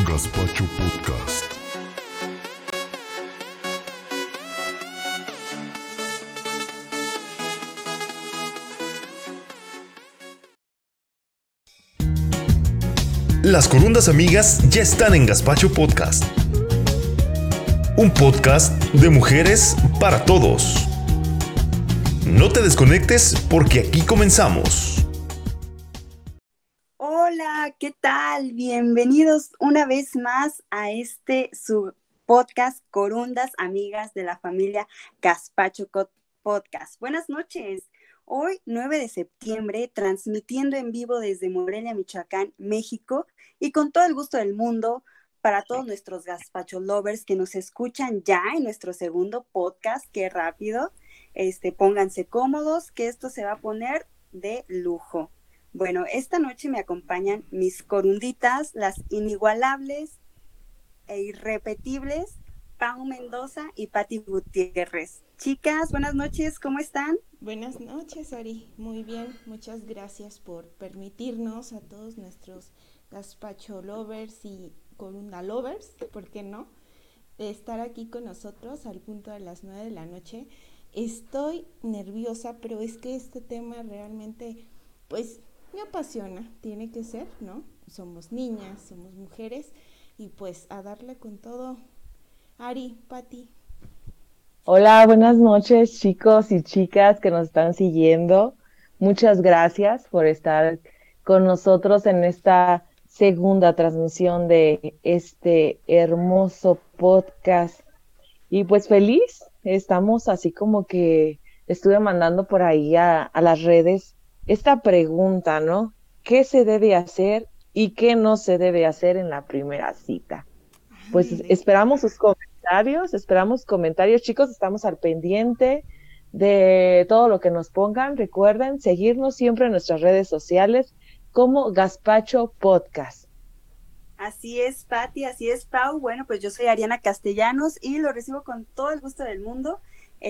Gaspacho Podcast. Las corundas amigas ya están en Gaspacho Podcast. Un podcast de mujeres para todos. No te desconectes porque aquí comenzamos. Hola, ¿qué tal? Bienvenidos una vez más a su podcast Corundas Amigas de la familia Gaspacho Podcast. Buenas noches. Hoy, 9 de septiembre, transmitiendo en vivo desde Morelia, Michoacán, México, y con todo el gusto del mundo para todos nuestros Gaspacho lovers que nos escuchan ya en nuestro segundo podcast. ¡Qué rápido! Pónganse cómodos, que esto se va a poner de lujo. Bueno, esta noche me acompañan mis corunditas, las inigualables e irrepetibles Pau Mendoza y Pati Gutiérrez. Chicas, buenas noches, ¿cómo están? Buenas noches, Ari. Muy bien, muchas gracias por permitirnos a todos nuestros Gaspacho lovers y corunda lovers, ¿por qué no?, de estar aquí con nosotros al punto de las 9 de la noche. Estoy nerviosa, pero es que este tema realmente, pues, me apasiona, tiene que ser, ¿no? Somos niñas, somos mujeres y pues a darle con todo. Ari, Pati. Hola, buenas noches, chicos y chicas que nos están siguiendo. Muchas gracias por estar con nosotros en esta segunda transmisión de este hermoso podcast. Y pues feliz, estamos así como que estuve mandando por ahí a las redes esta pregunta, ¿no? ¿Qué se debe hacer y qué no se debe hacer en la primera cita? Pues esperamos sus comentarios, chicos, estamos al pendiente de todo lo que nos pongan. Recuerden seguirnos siempre en nuestras redes sociales como Gaspacho Podcast. Así es, Pati, así es, Pau. Bueno, pues yo soy Ariana Castellanos y lo recibo con todo el gusto del mundo.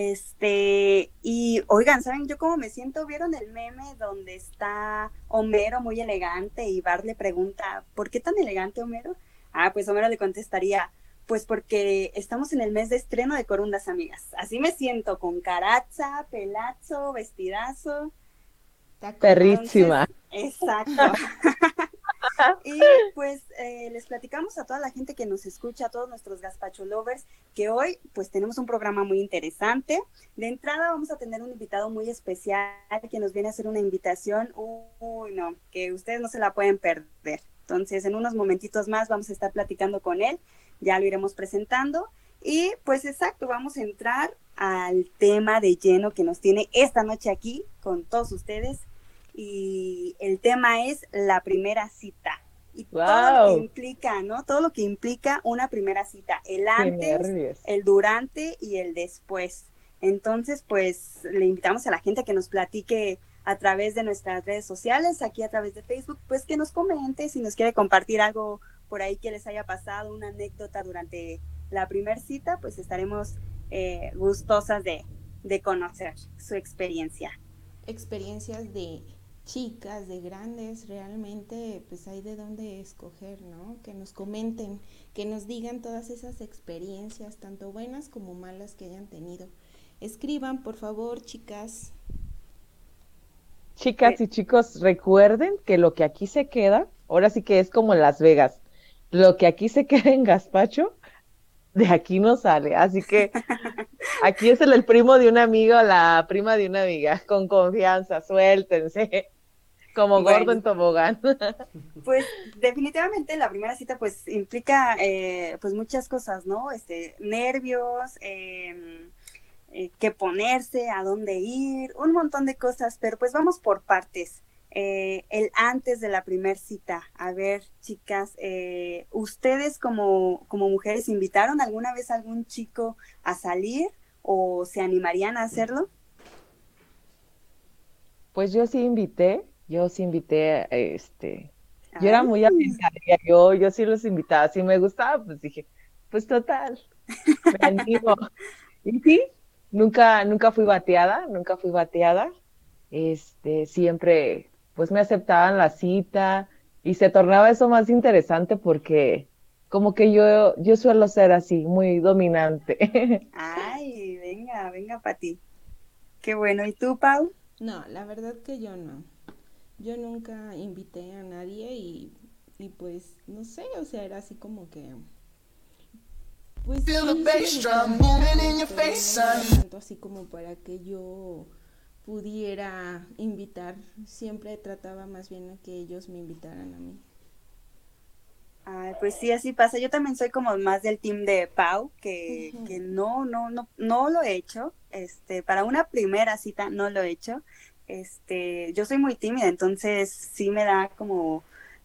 Y oigan, ¿saben yo cómo me siento? ¿Vieron el meme donde está Homero muy elegante y Bart le pregunta, ¿por qué tan elegante, Homero? Ah, pues Homero le contestaría, pues porque estamos en el mes de estreno de Corundas Amigas. Así me siento, con caraza, pelazo, vestidazo. Perrísima. Entonces, exacto. Y pues les platicamos a toda la gente que nos escucha, a todos nuestros Gaspacho lovers, que hoy pues tenemos un programa muy interesante. De entrada vamos a tener un invitado muy especial que nos viene a hacer una invitación, no, que ustedes no se la pueden perder. Entonces en unos momentitos más vamos a estar platicando con él, ya lo iremos presentando. Y pues exacto, vamos a entrar al tema de lleno que nos tiene esta noche aquí con todos ustedes. Y el tema es la primera cita. Y wow, todo lo que implica, ¿no? Todo lo que implica una primera cita. El antes, el durante y el después. Entonces, pues, le invitamos a la gente que nos platique a través de nuestras redes sociales, aquí a través de Facebook, pues que nos comente si nos quiere compartir algo por ahí que les haya pasado, una anécdota durante la primera cita, pues estaremos gustosas de conocer su experiencia. Experiencias de chicas, de grandes, realmente pues hay de dónde escoger, ¿no? Que nos comenten, que nos digan todas esas experiencias, tanto buenas como malas que hayan tenido. Escriban, por favor, chicas. Chicas y chicos, recuerden que lo que aquí se queda, ahora sí que es como en Las Vegas, lo que aquí se queda en Gaspacho, de aquí no sale, así que aquí es el primo de un amigo, la prima de una amiga, con confianza, suéltense, como gordo en tobogán. Pues definitivamente la primera cita pues implica pues muchas cosas, ¿no? Nervios, qué ponerse, a dónde ir, un montón de cosas, pero pues vamos por partes. El antes de la primera cita. A ver, chicas, ¿ustedes como mujeres invitaron alguna vez a algún chico a salir o se animarían a hacerlo? Pues yo sí invité, yo era muy aventaria, yo sí los invitaba, si me gustaba, pues dije, pues total, me animo. Y sí, nunca fui bateada, pues me aceptaban la cita y se tornaba eso más interesante porque como que yo suelo ser así, muy dominante. Ay, venga, venga, Pati. Qué bueno. ¿Y tú, Pau? No, la verdad que yo no. Yo nunca invité a nadie y pues, no sé, o sea, era así como que, pues sí, sí me gustaba mucho, pero no era tanto así como para que yo pudiera invitar. Siempre trataba más bien a que ellos me invitaran a mí. Ay, pues sí, así pasa. Yo también soy como más del team de Pau, que Ujú. no lo he hecho. Para una primera cita no lo he hecho. Yo soy muy tímida, entonces sí me da como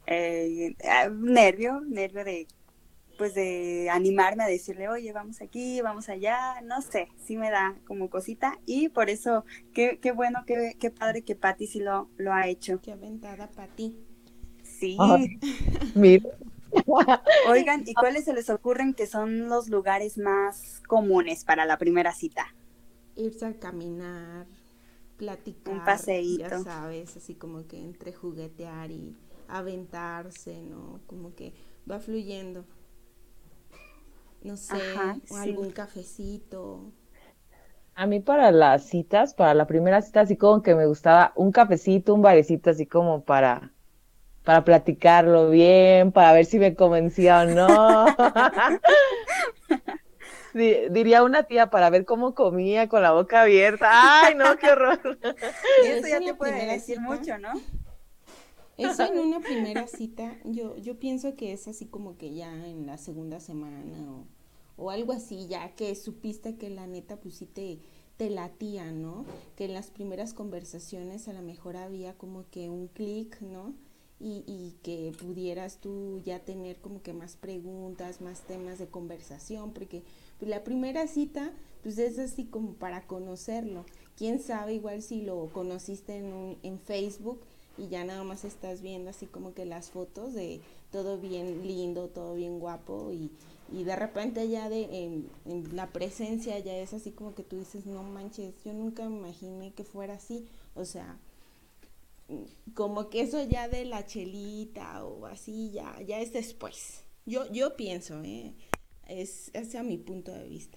nervio de, pues de animarme a decirle, oye, vamos aquí, vamos allá, no sé, sí me da como cosita. Y por eso, qué bueno, qué padre que Patti sí lo ha hecho. Qué aventada para ti. Sí. Ay, mira. Oigan, ¿y cuáles se les ocurren que son los lugares más comunes para la primera cita? Irse a caminar, Un platicar, ya paseíto. sabes, así como que entre juguetear y aventarse, ¿no? Como que va fluyendo, no Ajá, sé, o sí. algún cafecito. A mí para las citas, para la primera cita, así como que me gustaba un cafecito, un barecito, así como para platicarlo bien, para ver si me convencía o no. Diría una tía para ver cómo comía con la boca abierta. Ay, no, qué horror. Y Pero eso eso ya en te la puede primera decir cita, mucho, ¿no? eso en una primera cita, yo pienso que es así como que ya en la segunda semana o algo así, ya que supiste que la neta pues sí te latía, ¿no? Que en las primeras conversaciones a lo mejor había como que un clic, ¿no? Y que pudieras tú ya tener como que más preguntas, más temas de conversación, porque pues, la primera cita pues es así como para conocerlo. Quién sabe, igual si lo conociste en Facebook y ya nada más estás viendo así como que las fotos de todo bien lindo, todo bien guapo y de repente ya en la presencia ya es así como que tú dices, no manches, yo nunca me imaginé que fuera así, o sea, como que eso ya de la chelita o así ya es después. Yo pienso, es hacia mi punto de vista.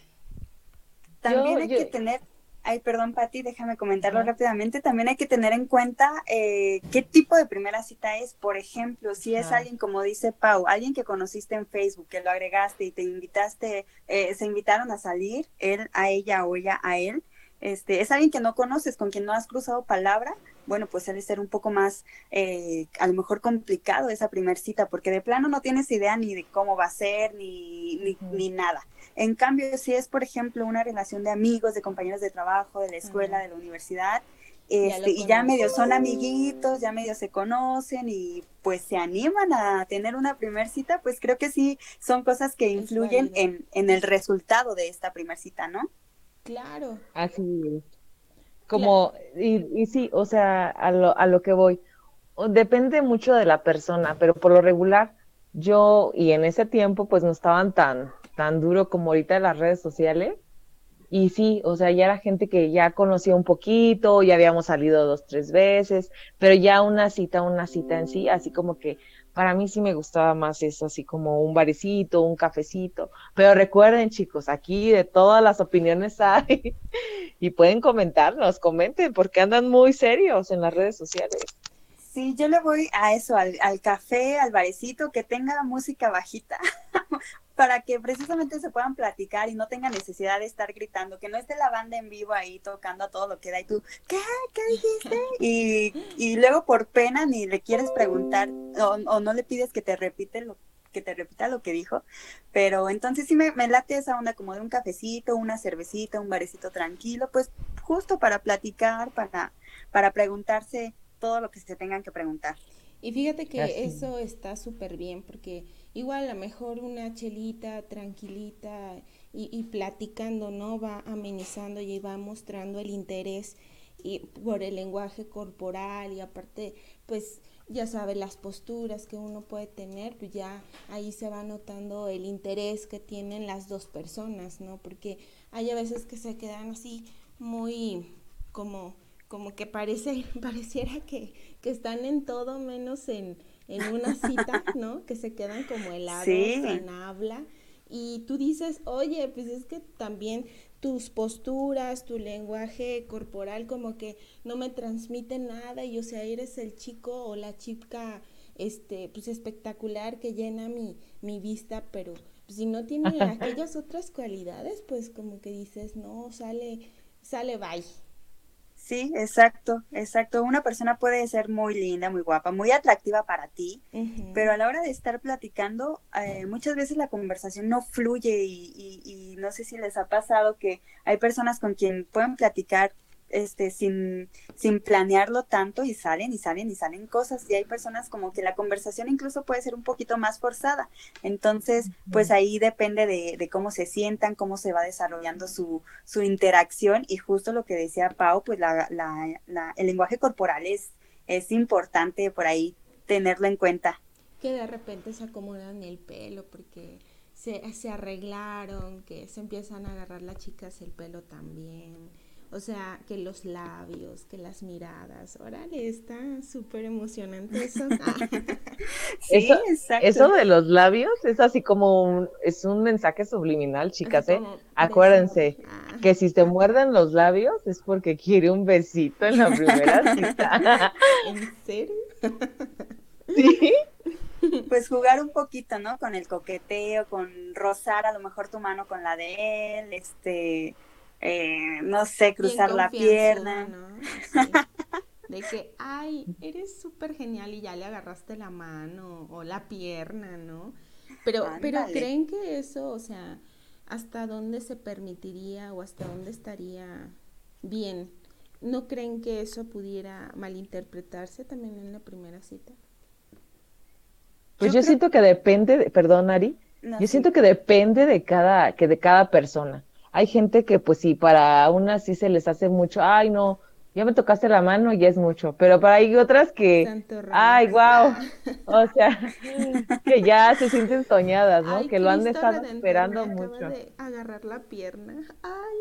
También Yo, hay yo, que tener, ay, perdón, Pati, déjame comentarlo ajá, rápidamente, también hay que tener en cuenta qué tipo de primera cita es. Por ejemplo, si es ajá. alguien, como dice Pau, alguien que conociste en Facebook, que lo agregaste y te invitaste, se invitaron a salir, él a ella o ella a él, es alguien que no conoces, con quien no has cruzado palabra, bueno, pues suele ser un poco más, a lo mejor complicado esa primera cita, porque de plano no tienes idea ni de cómo va a ser, Ujú. ni nada. En cambio, si es, por ejemplo, una relación de amigos, de compañeros de trabajo, de la escuela, Ajá. de la universidad, Ya lo y ya medio son conoces. amiguitos, ya medio se conocen y pues se animan a tener una primer cita, pues creo que sí son cosas que Es influyen válido. en el resultado de esta primer cita, ¿no? Claro, Así es. claro. Y sí, o sea, a lo que voy. Depende mucho de la persona, pero por lo regular, yo, y en ese tiempo, pues no estaban tan duro como ahorita en las redes sociales. Y sí, o sea, ya era gente que ya conocía un poquito, ya habíamos salido 2, 3 veces, pero ya una cita en sí, así como que para mí sí me gustaba más eso, así como un barecito, un cafecito. Pero recuerden, chicos, aquí de todas las opiniones hay y pueden comentarnos, comenten, porque andan muy serios en las redes sociales. Sí, yo le voy a eso, al café, al barecito, que tenga música bajita, para que precisamente se puedan platicar y no tengan necesidad de estar gritando, que no esté la banda en vivo ahí tocando a todo lo que da y tú, ¿qué? ¿Qué dijiste? Y luego por pena ni le quieres preguntar o no le pides que te repita lo que dijo, pero entonces sí me late esa onda como de un cafecito, una cervecita, un barecito tranquilo, pues justo para platicar, para preguntarse todo lo que se tengan que preguntar. Y fíjate que Así. eso está súper bien porque igual a lo mejor una chelita tranquilita y platicando, ¿no? Va amenizando y va mostrando el interés y por el lenguaje corporal y aparte, pues ya sabes, las posturas que uno puede tener, pues ya ahí se va notando el interés que tienen las dos personas, ¿no? Porque hay a veces que se quedan así muy como como que pareciera que están en todo menos en una cita, ¿no? Que se quedan como helados, Sí. sin habla. Y tú dices, oye, pues es que también tus posturas, tu lenguaje corporal como que no me transmite nada y o sea, eres el chico o la chica pues espectacular que llena mi vista, pero pues, si no tiene aquellas otras cualidades, pues como que dices, no, sale bye. Sí, exacto, exacto. Una persona puede ser muy linda, muy guapa, muy atractiva para ti, pero Uh-huh. a la hora de estar platicando, muchas veces la conversación no fluye y no sé si les ha pasado que hay personas con quien pueden platicar sin planearlo tanto y salen y salen y salen cosas y hay personas como que la conversación incluso puede ser un poquito más forzada. Entonces, pues ahí depende de cómo se sientan, cómo se va desarrollando su interacción y justo lo que decía Pau, pues el lenguaje corporal es importante por ahí tenerlo en cuenta. Que de repente se acomodan el pelo porque se arreglaron, que se empiezan a agarrar las chicas el pelo también. O sea, que los labios, que las miradas. Órale, está súper emocionante eso. Eso, Sí, exacto. eso de los labios es así como es un mensaje subliminal, Así chicas, ¿eh? como besito. Acuérdense que si se muerden los labios es porque quiere un besito en la primera cita. ¿En serio? Sí, Pues jugar un poquito, ¿no? Con el coqueteo, con rozar a lo mejor tu mano con la de él, no sé, Bien cruzar la confianzuda, pierna. ¿no? Así. De que, ay, eres súper genial y ya le agarraste la mano o la pierna, ¿no? Pero Ándale. ¿creen que eso, o sea, hasta dónde se permitiría o hasta dónde estaría bien? ¿No creen que eso pudiera malinterpretarse también en la primera cita? pues Yo yo creo, siento que depende, perdón, Ari, no, yo sí. siento que depende de cada persona. Hay gente que, pues sí, para unas sí se les hace mucho, ay, no, ya me tocaste la mano y ya es mucho, pero para hay otras que, Santo ay, Remex. wow, Ah. o sea, que ya se sienten soñadas, ¿no? Ay, Que lo han Cristo estado Redentor me esperando acaba mucho. de agarrar la pierna. Ay,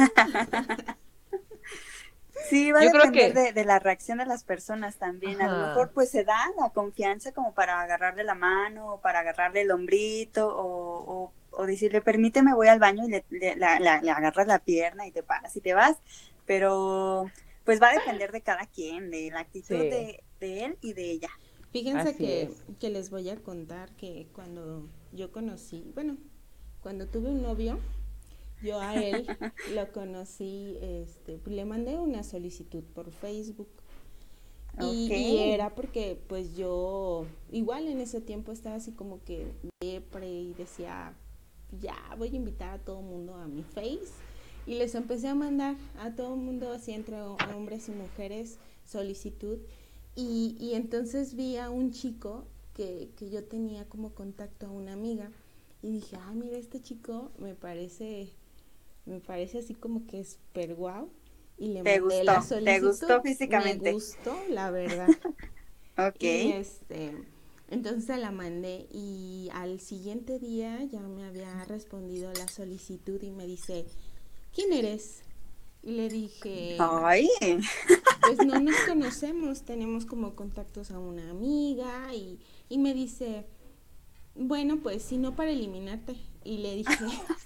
Sí, va a Yo creo depender que, de la reacción de las personas también. A lo mejor ajá, pues se da la confianza como para agarrarle la mano o para agarrarle el hombrito o decirle, permíteme, voy al baño y le agarras la pierna y te paras y te vas. Pero pues va a depender de cada quien, de la actitud sí, de él y de ella. fíjense así es. que les voy a contar que cuando yo conocí, bueno, cuando tuve un novio, yo a él lo conocí, pues le mandé una solicitud por Facebook Ok. y era porque pues yo igual en ese tiempo estaba así como que depre y decía, ya voy a invitar a todo el mundo a mi Face y les empecé a mandar a todo el mundo así entre hombres y mujeres solicitud y entonces vi a un chico que yo tenía como contacto a una amiga y dije, ay, mira, este chico me parece así como que es súper guau y le mandé la Te solicitud, gustó me físicamente. gustó, la verdad. Y Ok. entonces la mandé y al siguiente día ya me había respondido la solicitud y me dice, ¿quién eres? Y le dije, Ay, pues no nos conocemos, tenemos como contactos a una amiga y me dice, bueno, pues si no para eliminarte. Y le dije,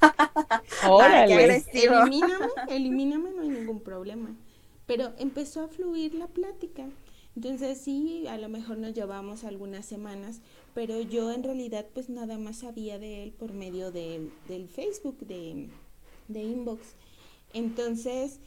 ay, qué Órale. pues agresivo. elimíname, no hay ningún problema. Pero empezó a fluir la plática. Entonces sí, a lo mejor nos llevamos algunas semanas, pero yo en realidad pues nada más sabía de él por medio del Facebook, de Inbox. Entonces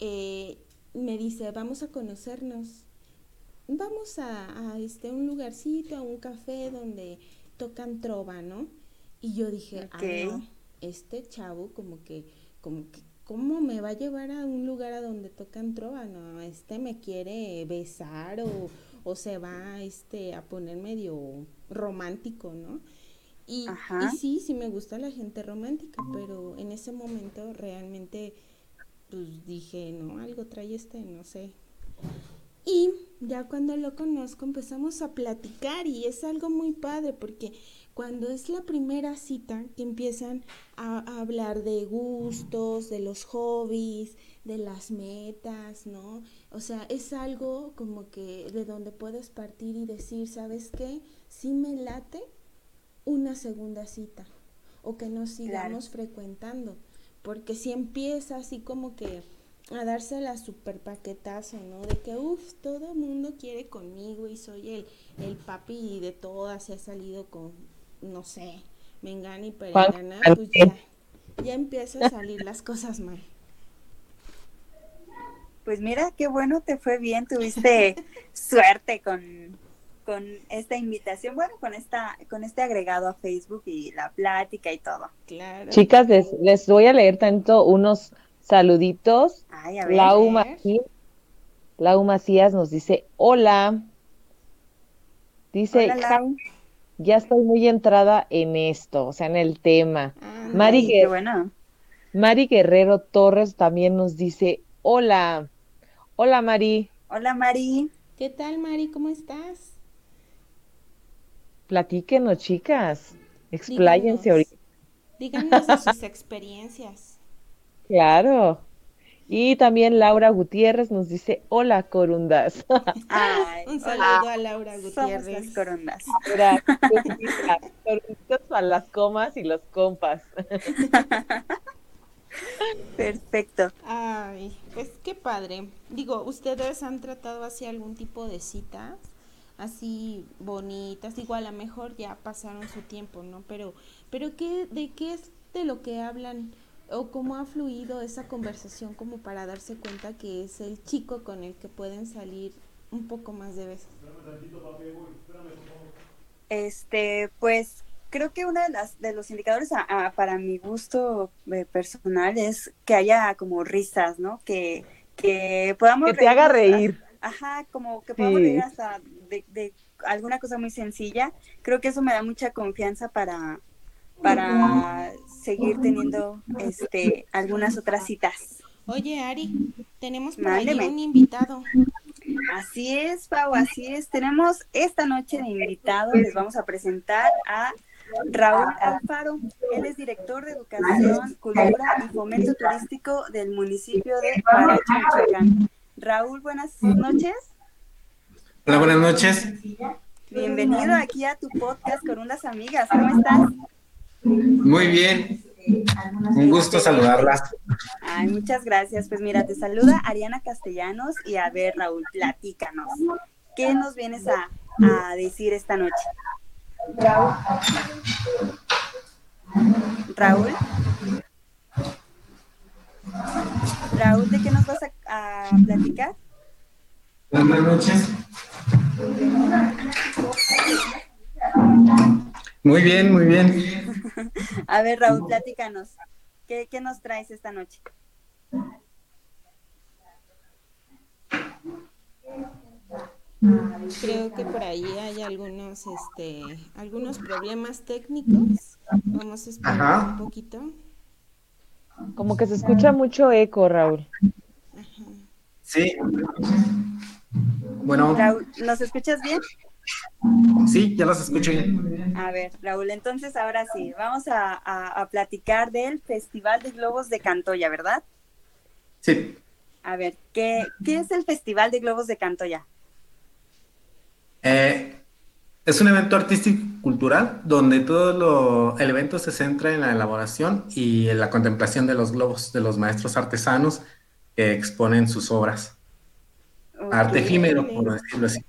me dice, vamos a conocernos, vamos a un lugarcito, a un café donde tocan trova, ¿no? Y yo dije, Ok. ay no, este chavo como que, ¿cómo me va a llevar a un lugar a donde tocan trova? No, me quiere besar o se va a poner medio romántico, ¿no? Y Ajá. sí, sí me gusta la gente romántica, pero en ese momento realmente pues dije, no, algo trae no sé. Y Ya cuando lo conozco empezamos a platicar y es algo muy padre porque cuando es la primera cita que empiezan a hablar de gustos, de los hobbies, de las metas, ¿no? O sea, es algo como que de donde puedes partir y decir, ¿sabes qué? Sí me late una segunda cita o que nos sigamos frecuentando, porque si empieza así como que a darse la super paquetazo, ¿no? De que, todo el mundo quiere conmigo y soy el papi de todas, he salido con, no sé, mengana y perengana, pues ya empieza a salir las cosas mal. Pues mira, qué bueno, te fue bien, tuviste suerte con esta invitación, bueno, con este agregado a Facebook y la plática y todo. Claro. Chicas, les voy a leer tanto unos saluditos. Ay, a ver. Lau Macías nos dice, hola. Dice, Hola, Lau. ya estoy muy entrada en esto, o sea, en el tema. Ay, qué bueno. Mari Guerrero Torres también nos dice, hola. Hola, Mari. Hola, Mari. ¿Qué tal, Mari? ¿Cómo estás? Platíquenos, chicas. Expláyense ahorita. Díganos de sus experiencias. Claro. Y también Laura Gutiérrez nos dice, hola, corundas. Ay, un saludo a Laura Gutiérrez. Somos las corundas. Corunditas para las comas y los compas. Perfecto. Ay, pues qué padre. Digo, ¿ustedes han tratado así algún tipo de citas? Así bonitas, digo, a lo mejor ya pasaron su tiempo, ¿no? Pero ¿de qué es de lo que hablan o cómo ha fluido esa conversación como para darse cuenta que es el chico con el que pueden salir un poco más de veces? Pues creo que uno de los indicadores para mi gusto personal es que haya como risas, ¿no? Que podamos que te haga reír. Ajá, como que podamos reír hasta de alguna cosa muy sencilla. Creo que eso me da mucha confianza para seguir teniendo algunas otras citas. Oye, Ari, tenemos por Mándeme. ahí un invitado. Así es, Pau, así es. Tenemos esta noche de invitado, les vamos a presentar a Raúl Alfaro. Él es director de Educación, Cultura y Fomento Turístico del municipio de Paracho, Michoacán. Raúl, buenas noches. Hola, buenas noches. Bienvenido aquí a tu podcast con unas amigas. ¿Cómo estás? Muy bien. Un gusto saludarlas. Ay, muchas gracias. Pues mira, te saluda Ariana Castellanos y a ver, Raúl, platícanos. ¿Qué nos vienes a decir esta noche? Raúl. Raúl, ¿de qué nos vas a platicar? Buenas noches. Muy bien, muy bien. A ver, Raúl, platícanos. ¿Qué nos traes esta noche? Creo que por ahí hay algunos problemas técnicos. Vamos a esperar un poquito. Como que se escucha mucho eco, Raúl. Ajá. Sí. Bueno. Raúl, ¿nos escuchas bien? Sí, ya los escucho bien. A ver, Raúl, entonces ahora sí, vamos a platicar del Festival de Globos de Cantoya, ¿verdad? Sí. A ver, ¿qué es el Festival de Globos de Cantoya? Es un evento artístico-cultural donde todo el evento se centra en la elaboración y en la contemplación de los globos de los maestros artesanos que exponen sus obras. Okay. Arte efímero, por decirlo así.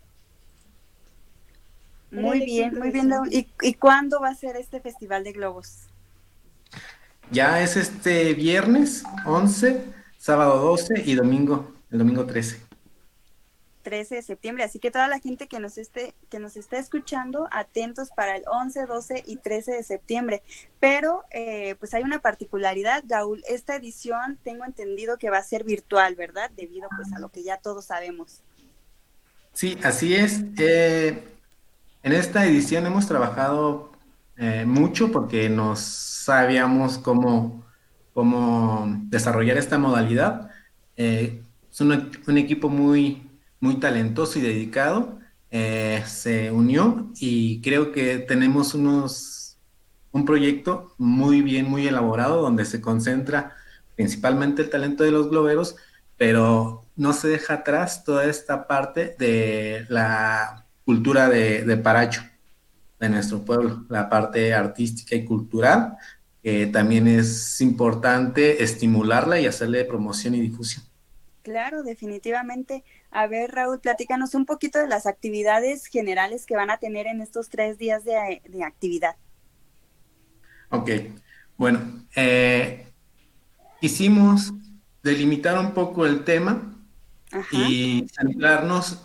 Muy bien, Raúl. ¿Y cuándo va a ser este Festival de Globos? Ya es este viernes 11, sábado 12 y el domingo 13. 13 de septiembre, así que toda la gente que nos esté escuchando, atentos para el 11, 12 y 13 de septiembre. Pero pues hay una particularidad, Raúl, esta edición tengo entendido que va a ser virtual, ¿verdad? Debido pues a lo que ya todos sabemos. Sí, así es. En esta edición hemos trabajado mucho porque no sabíamos cómo desarrollar esta modalidad. Es un equipo muy muy talentoso y dedicado, se unió y creo que tenemos un proyecto muy bien, muy elaborado, donde se concentra principalmente el talento de los globeros, pero no se deja atrás toda esta parte de la cultura de Paracho, de nuestro pueblo, la parte artística y cultural, que también es importante estimularla y hacerle promoción y difusión. Claro, definitivamente. A ver, Raúl, platícanos un poquito de las actividades generales que van a tener en estos 3 días de actividad. Ok, bueno, quisimos delimitar un poco el tema Ajá, y centrarnos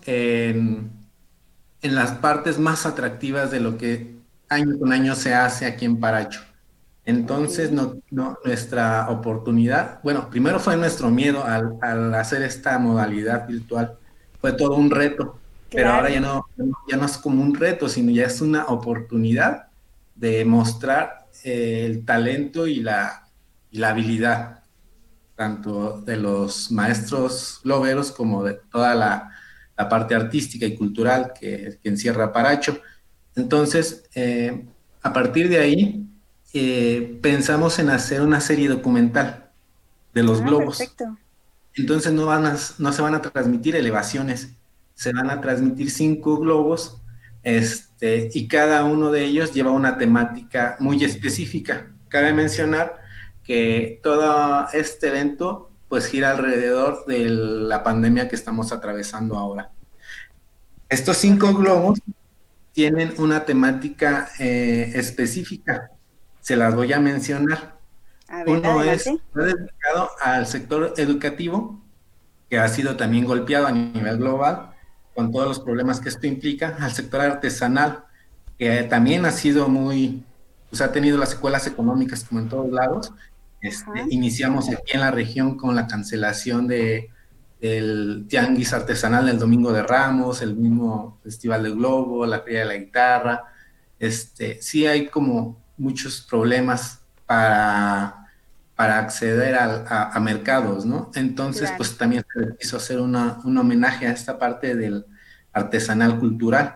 en las partes más atractivas de lo que año con año se hace aquí en Paracho. ok, Entonces, nuestra oportunidad, bueno, primero fue nuestro miedo al hacer esta modalidad virtual, fue todo un reto, pero ahora claro, ya no es como un reto, sino ya es una oportunidad de mostrar el talento y la habilidad, tanto de los maestros globeros como de toda la parte artística y cultural que encierra Paracho. Entonces, a partir de ahí, pensamos en hacer una serie documental de los ah, globos. perfecto, Entonces no se van a transmitir elevaciones, se van a transmitir 5 globos, y cada uno de ellos lleva una temática muy específica. Cabe mencionar que todo este evento pues gira alrededor de la pandemia que estamos atravesando ahora. Estos cinco correcto. globos tienen una temática específica. Se las voy a mencionar. A ver, Uno es adelante. dedicado al sector educativo, que ha sido también golpeado a nivel global, con todos los problemas que esto implica, al sector artesanal, que también ha sido pues ha tenido las secuelas económicas como en todos lados. Ajá, Iniciamos aquí en la región con la cancelación del Tianguis Artesanal del Domingo de Ramos, el mismo Festival del Globo, la Feria de la Guitarra. Sí hay como muchos problemas para acceder a mercados, ¿no? Entonces, claro. pues también se quiso hacer un homenaje a esta parte del artesanal cultural.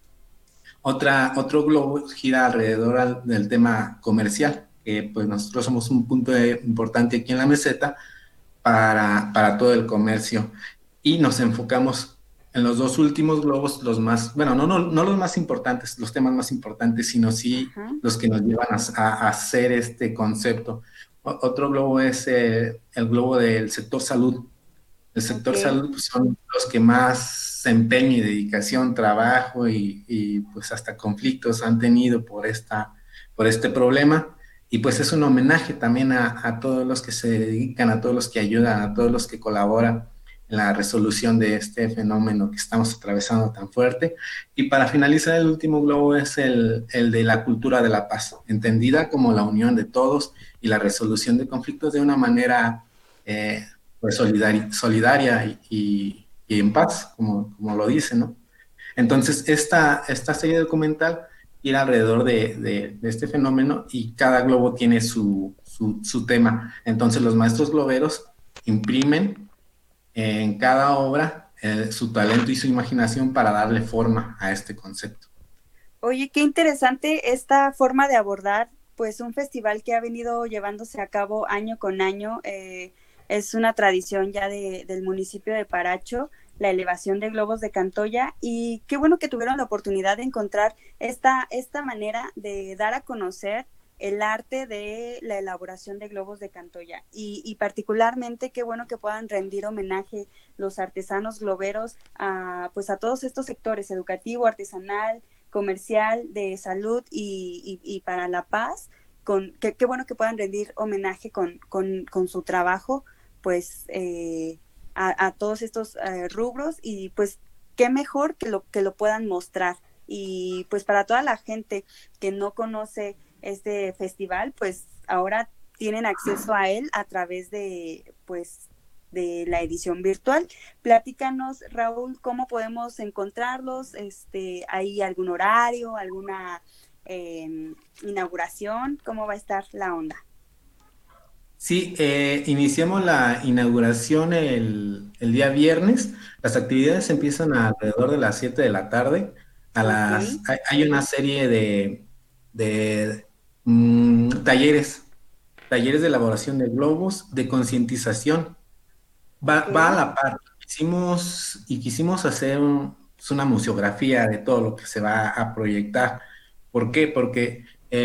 Otro globo gira alrededor del tema comercial, que pues nosotros somos un punto importante aquí en la meseta para todo el comercio y nos enfocamos en los dos últimos globos, los más, bueno, no los más importantes, los temas más importantes, sino sí Ajá, los que nos llevan a hacer este concepto. Otro globo es el globo del sector salud. El ok. sector salud pues, son los que más empeño y dedicación, trabajo y pues hasta conflictos han tenido por este problema. Y pues es un homenaje también a todos los que se dedican, a todos los que ayudan, a todos los que colaboran en la resolución de este fenómeno que estamos atravesando tan fuerte. Y para finalizar, el último globo es el de la cultura de la paz, entendida como la unión de todos y la resolución de conflictos de una manera pues solidaria y en paz, como lo dice, ¿no? Entonces, esta serie documental gira alrededor de este fenómeno y cada globo tiene su tema. Entonces, los maestros globeros imprimen en cada obra su talento y su imaginación para darle forma a este concepto. Oye, qué interesante esta forma de abordar, pues un festival que ha venido llevándose a cabo año con año. Es una tradición ya del municipio de Paracho, la elevación de globos de Cantoya, y qué bueno que tuvieron la oportunidad de encontrar esta manera de dar a conocer el arte de la elaboración de globos de Cantoya y particularmente qué bueno que puedan rendir homenaje los artesanos globeros pues a todos estos sectores, educativo, artesanal, comercial, de salud y para la paz. Qué bueno que puedan rendir homenaje con su trabajo, pues a todos estos rubros y pues qué mejor que lo puedan mostrar. Y pues para toda la gente que no conoce este festival, pues ahora tienen acceso a él a través de pues de la edición virtual. Platícanos, Raúl, cómo podemos encontrarlos, ¿hay algún horario, alguna inauguración? ¿Cómo va a estar la onda? Sí, iniciamos la inauguración el día viernes. Las actividades empiezan alrededor de las 7 de la tarde. Ok, Hay una serie de talleres de elaboración de globos, de concientización. ok, Va a la par. Quisimos hacer pues, una museografía de todo lo que se va a proyectar. ¿Por qué? Porque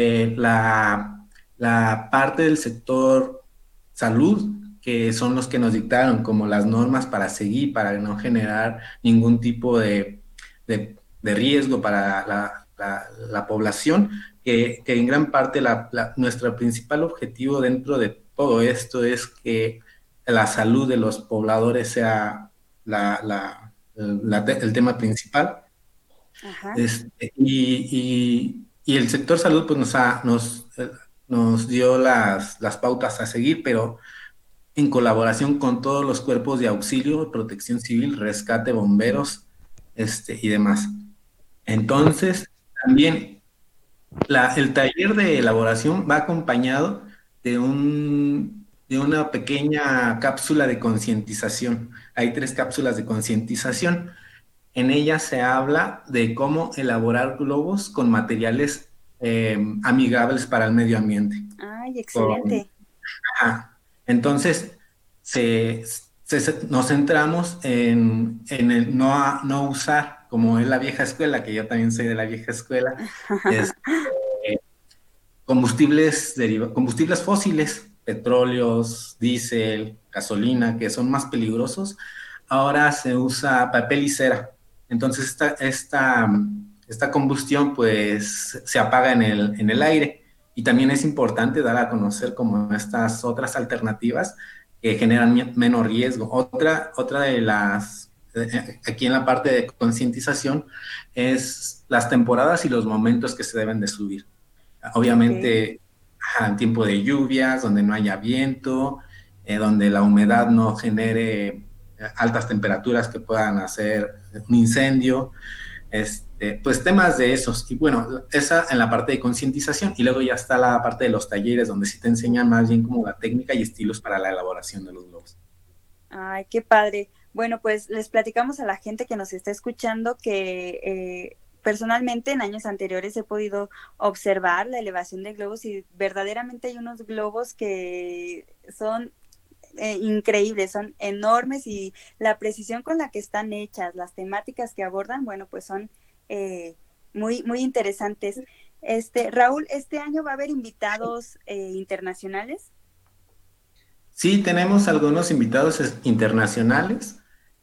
la parte del sector salud, que son los que nos dictaron como las normas para seguir, para no generar ningún tipo de riesgo para la población, que en gran parte nuestro principal objetivo dentro de todo esto es que la salud de los pobladores sea el tema principal. ajá, Y el sector salud pues nos dio las pautas a seguir, pero en colaboración con todos los cuerpos de auxilio, protección civil, rescate, bomberos, y demás. Entonces, también el taller de elaboración va acompañado de una pequeña cápsula de concientización. Hay 3 cápsulas de concientización. En ella se habla de cómo elaborar globos con materiales amigables para el medio ambiente. ay, Con- excelente, ajá. Entonces, nos centramos en el no usar, como es la vieja escuela, que yo también soy de la vieja escuela, es combustibles fósiles, petróleos, diésel, gasolina, que son más peligrosos. Ahora se usa papel y cera. Entonces esta combustión pues se apaga en el aire, y también es importante dar a conocer como estas otras alternativas que generan menos riesgo. Otra de aquí en la parte de concientización, es las temporadas y los momentos que se deben de subir. ok, Obviamente, en tiempo de lluvias, donde no haya viento, donde la humedad no genere altas temperaturas que puedan hacer un incendio, pues temas de esos. Y bueno, esa en la parte de concientización, y luego ya está la parte de los talleres, donde sí te enseñan más bien como la técnica y estilos para la elaboración de los globos. ay, qué padre. Bueno, pues les platicamos a la gente que nos está escuchando que personalmente en años anteriores he podido observar la elevación de globos y verdaderamente hay unos globos que son increíbles, son enormes y la precisión con la que están hechas, las temáticas que abordan, bueno, pues son muy, muy interesantes. Raúl, ¿este año va a haber invitados internacionales? Sí, tenemos algunos invitados internacionales.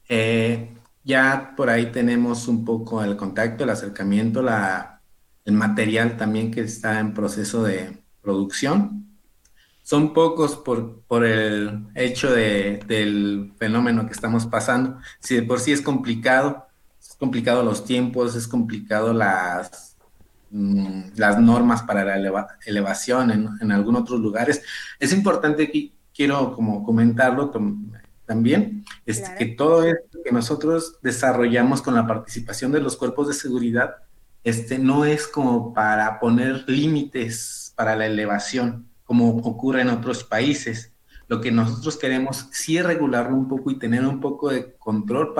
Ya por ahí tenemos un poco el contacto, el acercamiento, el material también que está en proceso de producción. Son pocos por el hecho del fenómeno que estamos pasando. Si de por sí es complicado los tiempos, es complicado las normas para la elevación en algunos otros lugares. Es importante que quiero como comentarlo también, que Claro. todo esto que nosotros desarrollamos con la participación de los cuerpos de seguridad, no es como para poner límites para la elevación, como ocurre en otros países. Lo que nosotros queremos sí es regularlo un poco y tener un poco de control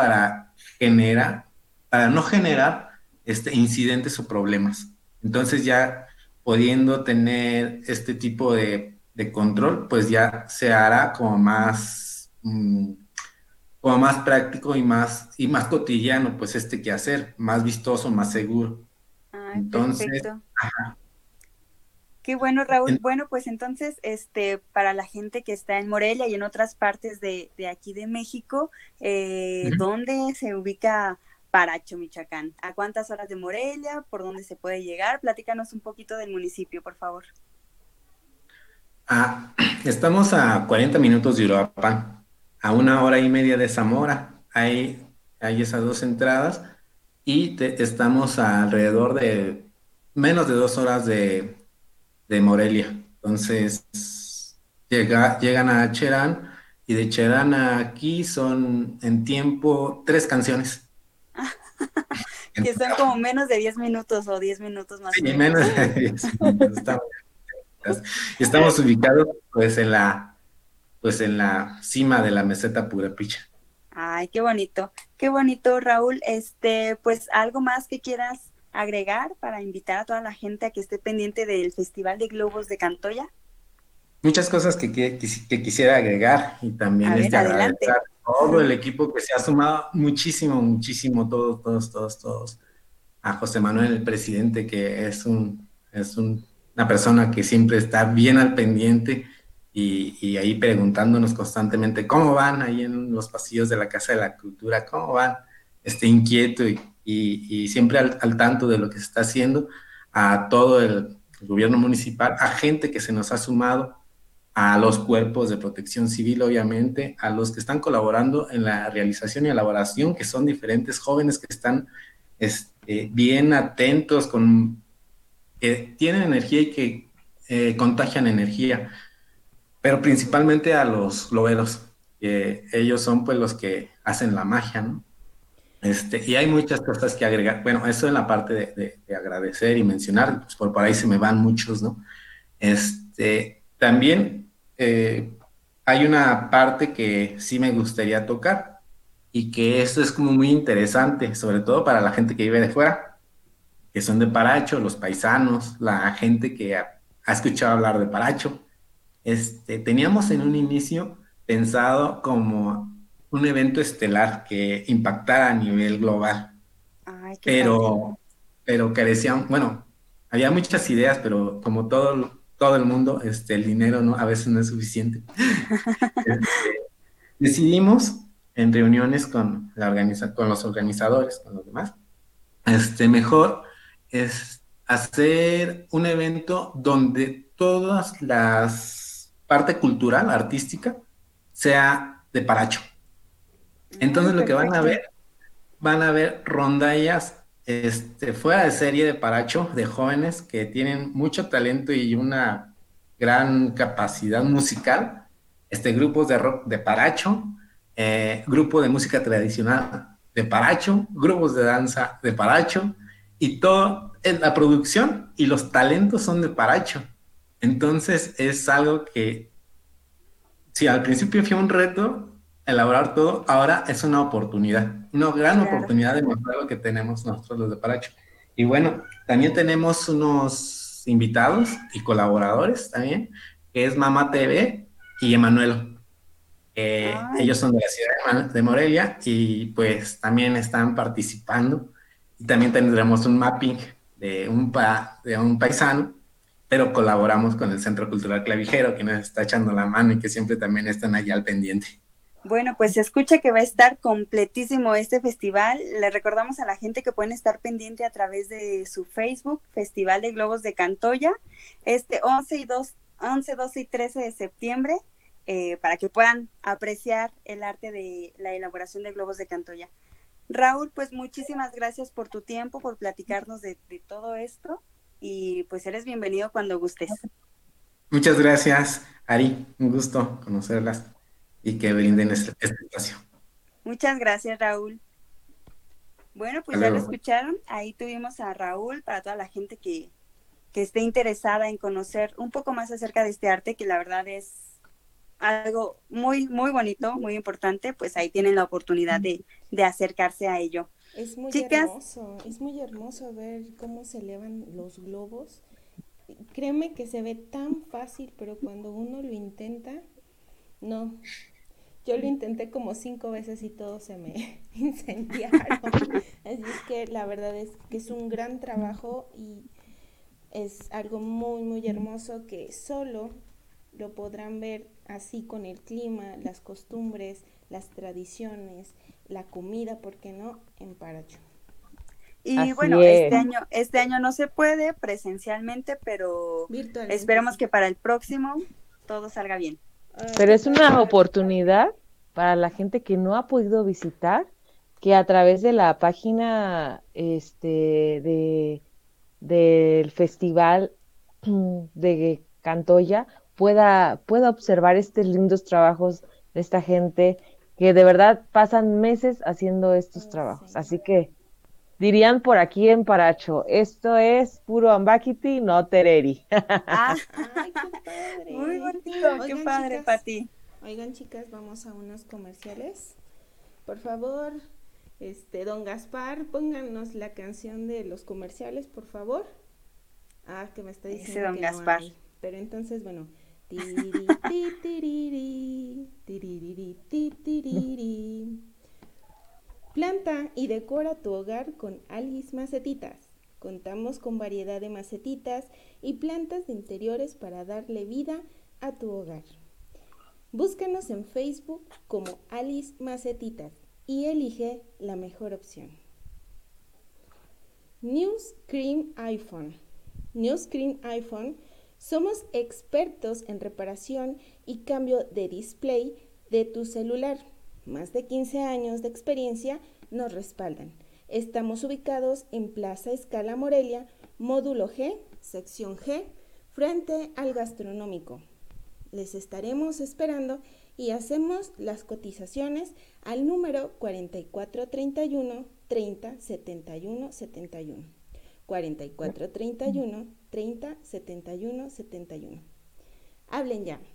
para no generar incidentes o problemas. Entonces ya pudiendo tener este tipo de control, pues ya se hará como más práctico y más cotidiano, pues quehacer, más vistoso, más seguro. Ay, Entonces, perfecto. Qué bueno, Raúl. Bueno, pues entonces, para la gente que está en Morelia y en otras partes de aquí de México, ¿dónde se ubica Paracho, Michoacán? ¿A cuántas horas de Morelia? ¿Por dónde se puede llegar? Platícanos un poquito del municipio, por favor. ah, estamos a 40 minutos de Uruapan, a 1 hora y media de Zamora. Hay esas 2 entradas, y estamos a alrededor de menos de 2 horas de Morelia. Entonces, llegan a Cherán, y de Cherán a aquí son en tiempo 3 canciones. Que son Entonces, como menos de 10 minutos o 10 minutos más o sí, menos. menos de 10 minutos. Y estamos ubicados pues pues en la cima de la meseta Purepecha. Ay, qué bonito, Raúl. Pues algo más que quieras agregar para invitar a toda la gente a que esté pendiente del Festival de Globos de Cantoya. Muchas cosas que quisiera agregar y también A ver, agradecer adelante. a todo el equipo que se ha sumado muchísimo, todos. A José Manuel, el presidente, que una persona que siempre está bien al pendiente y ahí preguntándonos constantemente cómo van ahí en los pasillos de la Casa de la Cultura, cómo van, inquieto y siempre al tanto de lo que se está haciendo, a todo el gobierno municipal, a gente que se nos ha sumado, a los cuerpos de protección civil, obviamente, a los que están colaborando en la realización y elaboración, que son diferentes jóvenes que están bien atentos, que tienen energía y que contagian energía, pero principalmente a los globeros, que ellos son pues los que hacen la magia, ¿no? Y hay muchas cosas que agregar. Bueno, eso en la parte de agradecer y mencionar, pues por ahí se me van muchos, ¿no? También hay una parte que sí me gustaría tocar y que esto es como muy interesante, sobre todo para la gente que vive de fuera, que son de Paracho, los paisanos, la gente que ha escuchado hablar de Paracho. Teníamos en un inicio pensado como un evento estelar que impactara a nivel global, Ay, qué padre. pero carecían, bueno, había muchas ideas, pero como todo el mundo, el dinero no, a veces no es suficiente. Decidimos en reuniones con los organizadores, con los demás, mejor es hacer un evento donde todas las parte cultural, artística, sea de Paracho. Entonces lo que van a ver rondallas fuera de serie de Paracho, de jóvenes que tienen mucho talento y una gran capacidad musical, grupos de rock de Paracho, grupo de música tradicional de Paracho, grupos de danza de Paracho, y todo, la producción y los talentos son de Paracho. Entonces es algo que, si al principio fue un reto elaborar todo, ahora es una oportunidad, una gran oportunidad de mostrar lo que tenemos nosotros los de Paracho. Y bueno, también tenemos unos invitados y colaboradores también, que es Mamá TV y Emanuelo. Ellos son de la ciudad de Morelia y pues también están participando. Y también tendremos un mapping de un paisano, pero colaboramos con el Centro Cultural Clavijero, que nos está echando la mano y que siempre también están allá al pendiente. Bueno, pues se escucha que va a estar completísimo este festival. Le recordamos a la gente que pueden estar pendiente a través de su Facebook, Festival de Globos de Cantoya, 11, 12 y 13 de septiembre, para que puedan apreciar el arte de la elaboración de globos de Cantoya. Raúl, pues muchísimas gracias por tu tiempo, por platicarnos de todo esto, y pues eres bienvenido cuando gustes. Muchas gracias, Ari. Un gusto conocerlas y que brinden este espacio. Muchas gracias, Raúl. Bueno, pues ya lo escucharon. Ahí tuvimos a Raúl, para toda la gente que esté interesada en conocer un poco más acerca de este arte, que la verdad es algo muy, muy bonito, muy importante. Pues ahí tienen la oportunidad de acercarse a ello. Es muy hermoso ver cómo se elevan los globos. Créeme que se ve tan fácil, pero cuando uno lo intenta, no. Yo lo intenté como 5 veces y todos se me incendiaron. Así es que la verdad es que es un gran trabajo y es algo muy, muy hermoso que solo lo podrán ver así, con el clima, las costumbres, las tradiciones, la comida, ¿por qué no?, en Paracho. Y así bueno, es. este año no se puede presencialmente, pero esperemos que para el próximo todo salga bien. Pero es una oportunidad para la gente que no ha podido visitar, que a través de la página del festival de Cantoya pueda observar estos lindos trabajos de esta gente que de verdad pasan meses haciendo estos trabajos. Sí. Así que dirían por aquí en Paracho, esto es puro ambakiti, no tereri. Ay, qué padre. muy bonito, qué padre, chicas, Pati. Oigan, chicas, vamos a unos comerciales. Por favor, don Gaspar, pónganos la canción de los comerciales, por favor. Ah, que me está Ese diciendo don que Gaspar. no hay. Pero entonces, bueno. Tiriri, ti, tiriri, tiriri, ti, tiriri. Planta y decora tu hogar con Alice Macetitas. Contamos con variedad de macetitas y plantas de interiores para darle vida a tu hogar. Búscanos en Facebook como Alice Macetitas y elige la mejor opción. New Screen iPhone. New Screen iPhone, somos expertos en reparación y cambio de display de tu celular. Más de 15 años de experiencia nos respaldan. Estamos ubicados en Plaza Escala Morelia, módulo G, sección G, frente al gastronómico. Les estaremos esperando y hacemos las cotizaciones al número 4431 30 71 71. 4431 30 71 71. Hablen ya.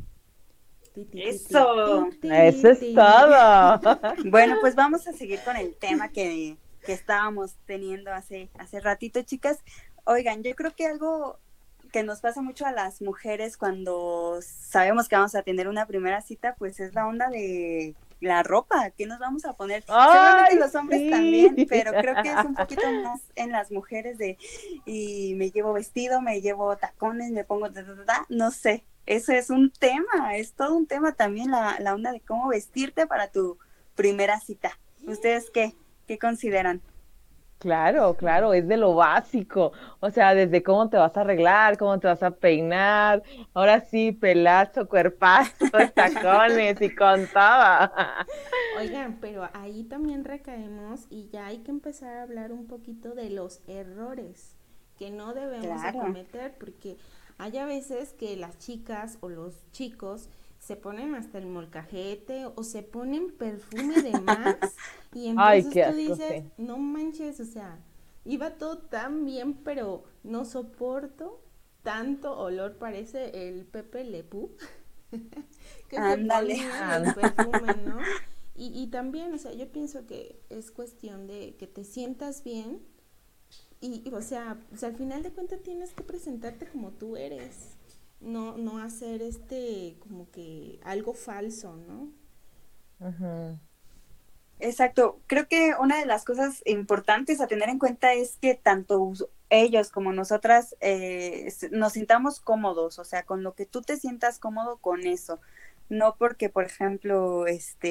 Eso. Eso es todo. Bueno, pues vamos a seguir con el tema que estábamos teniendo hace ratito, chicas. Oigan, yo creo que algo que nos pasa mucho a las mujeres cuando sabemos que vamos a tener una primera cita, pues es la onda de la ropa, ¿qué nos vamos a poner? Seguramente los hombres también, pero creo que es un poquito más en las mujeres y me llevo vestido, me llevo tacones, me pongo, no sé, eso es un tema, es todo un tema también la onda de cómo vestirte para tu primera cita. ¿Ustedes qué consideran? Claro, es de lo básico. O sea, desde cómo te vas a arreglar, cómo te vas a peinar. Ahora sí, pelazo, cuerpazo, tacones y con todo. Oigan, pero ahí también recaemos y ya hay que empezar a hablar un poquito de los errores que no debemos de cometer, porque hay a veces que las chicas o los chicos se ponen hasta el molcajete o se ponen perfume de más y entonces qué tú asco, dices, sí. no manches, o sea, iba todo tan bien, pero no soporto tanto olor, parece el Pepe Le Pew que Ándale. se ponía el perfume, ¿no? Y también, o sea, yo pienso que es cuestión de que te sientas bien y o sea, al final de cuentas tienes que presentarte como tú eres. No hacer como que algo falso, ¿no? Ujú. Exacto, creo que una de las cosas importantes a tener en cuenta es que tanto ellos como nosotras nos sintamos cómodos, o sea, con lo que tú te sientas cómodo con eso, no porque, por ejemplo,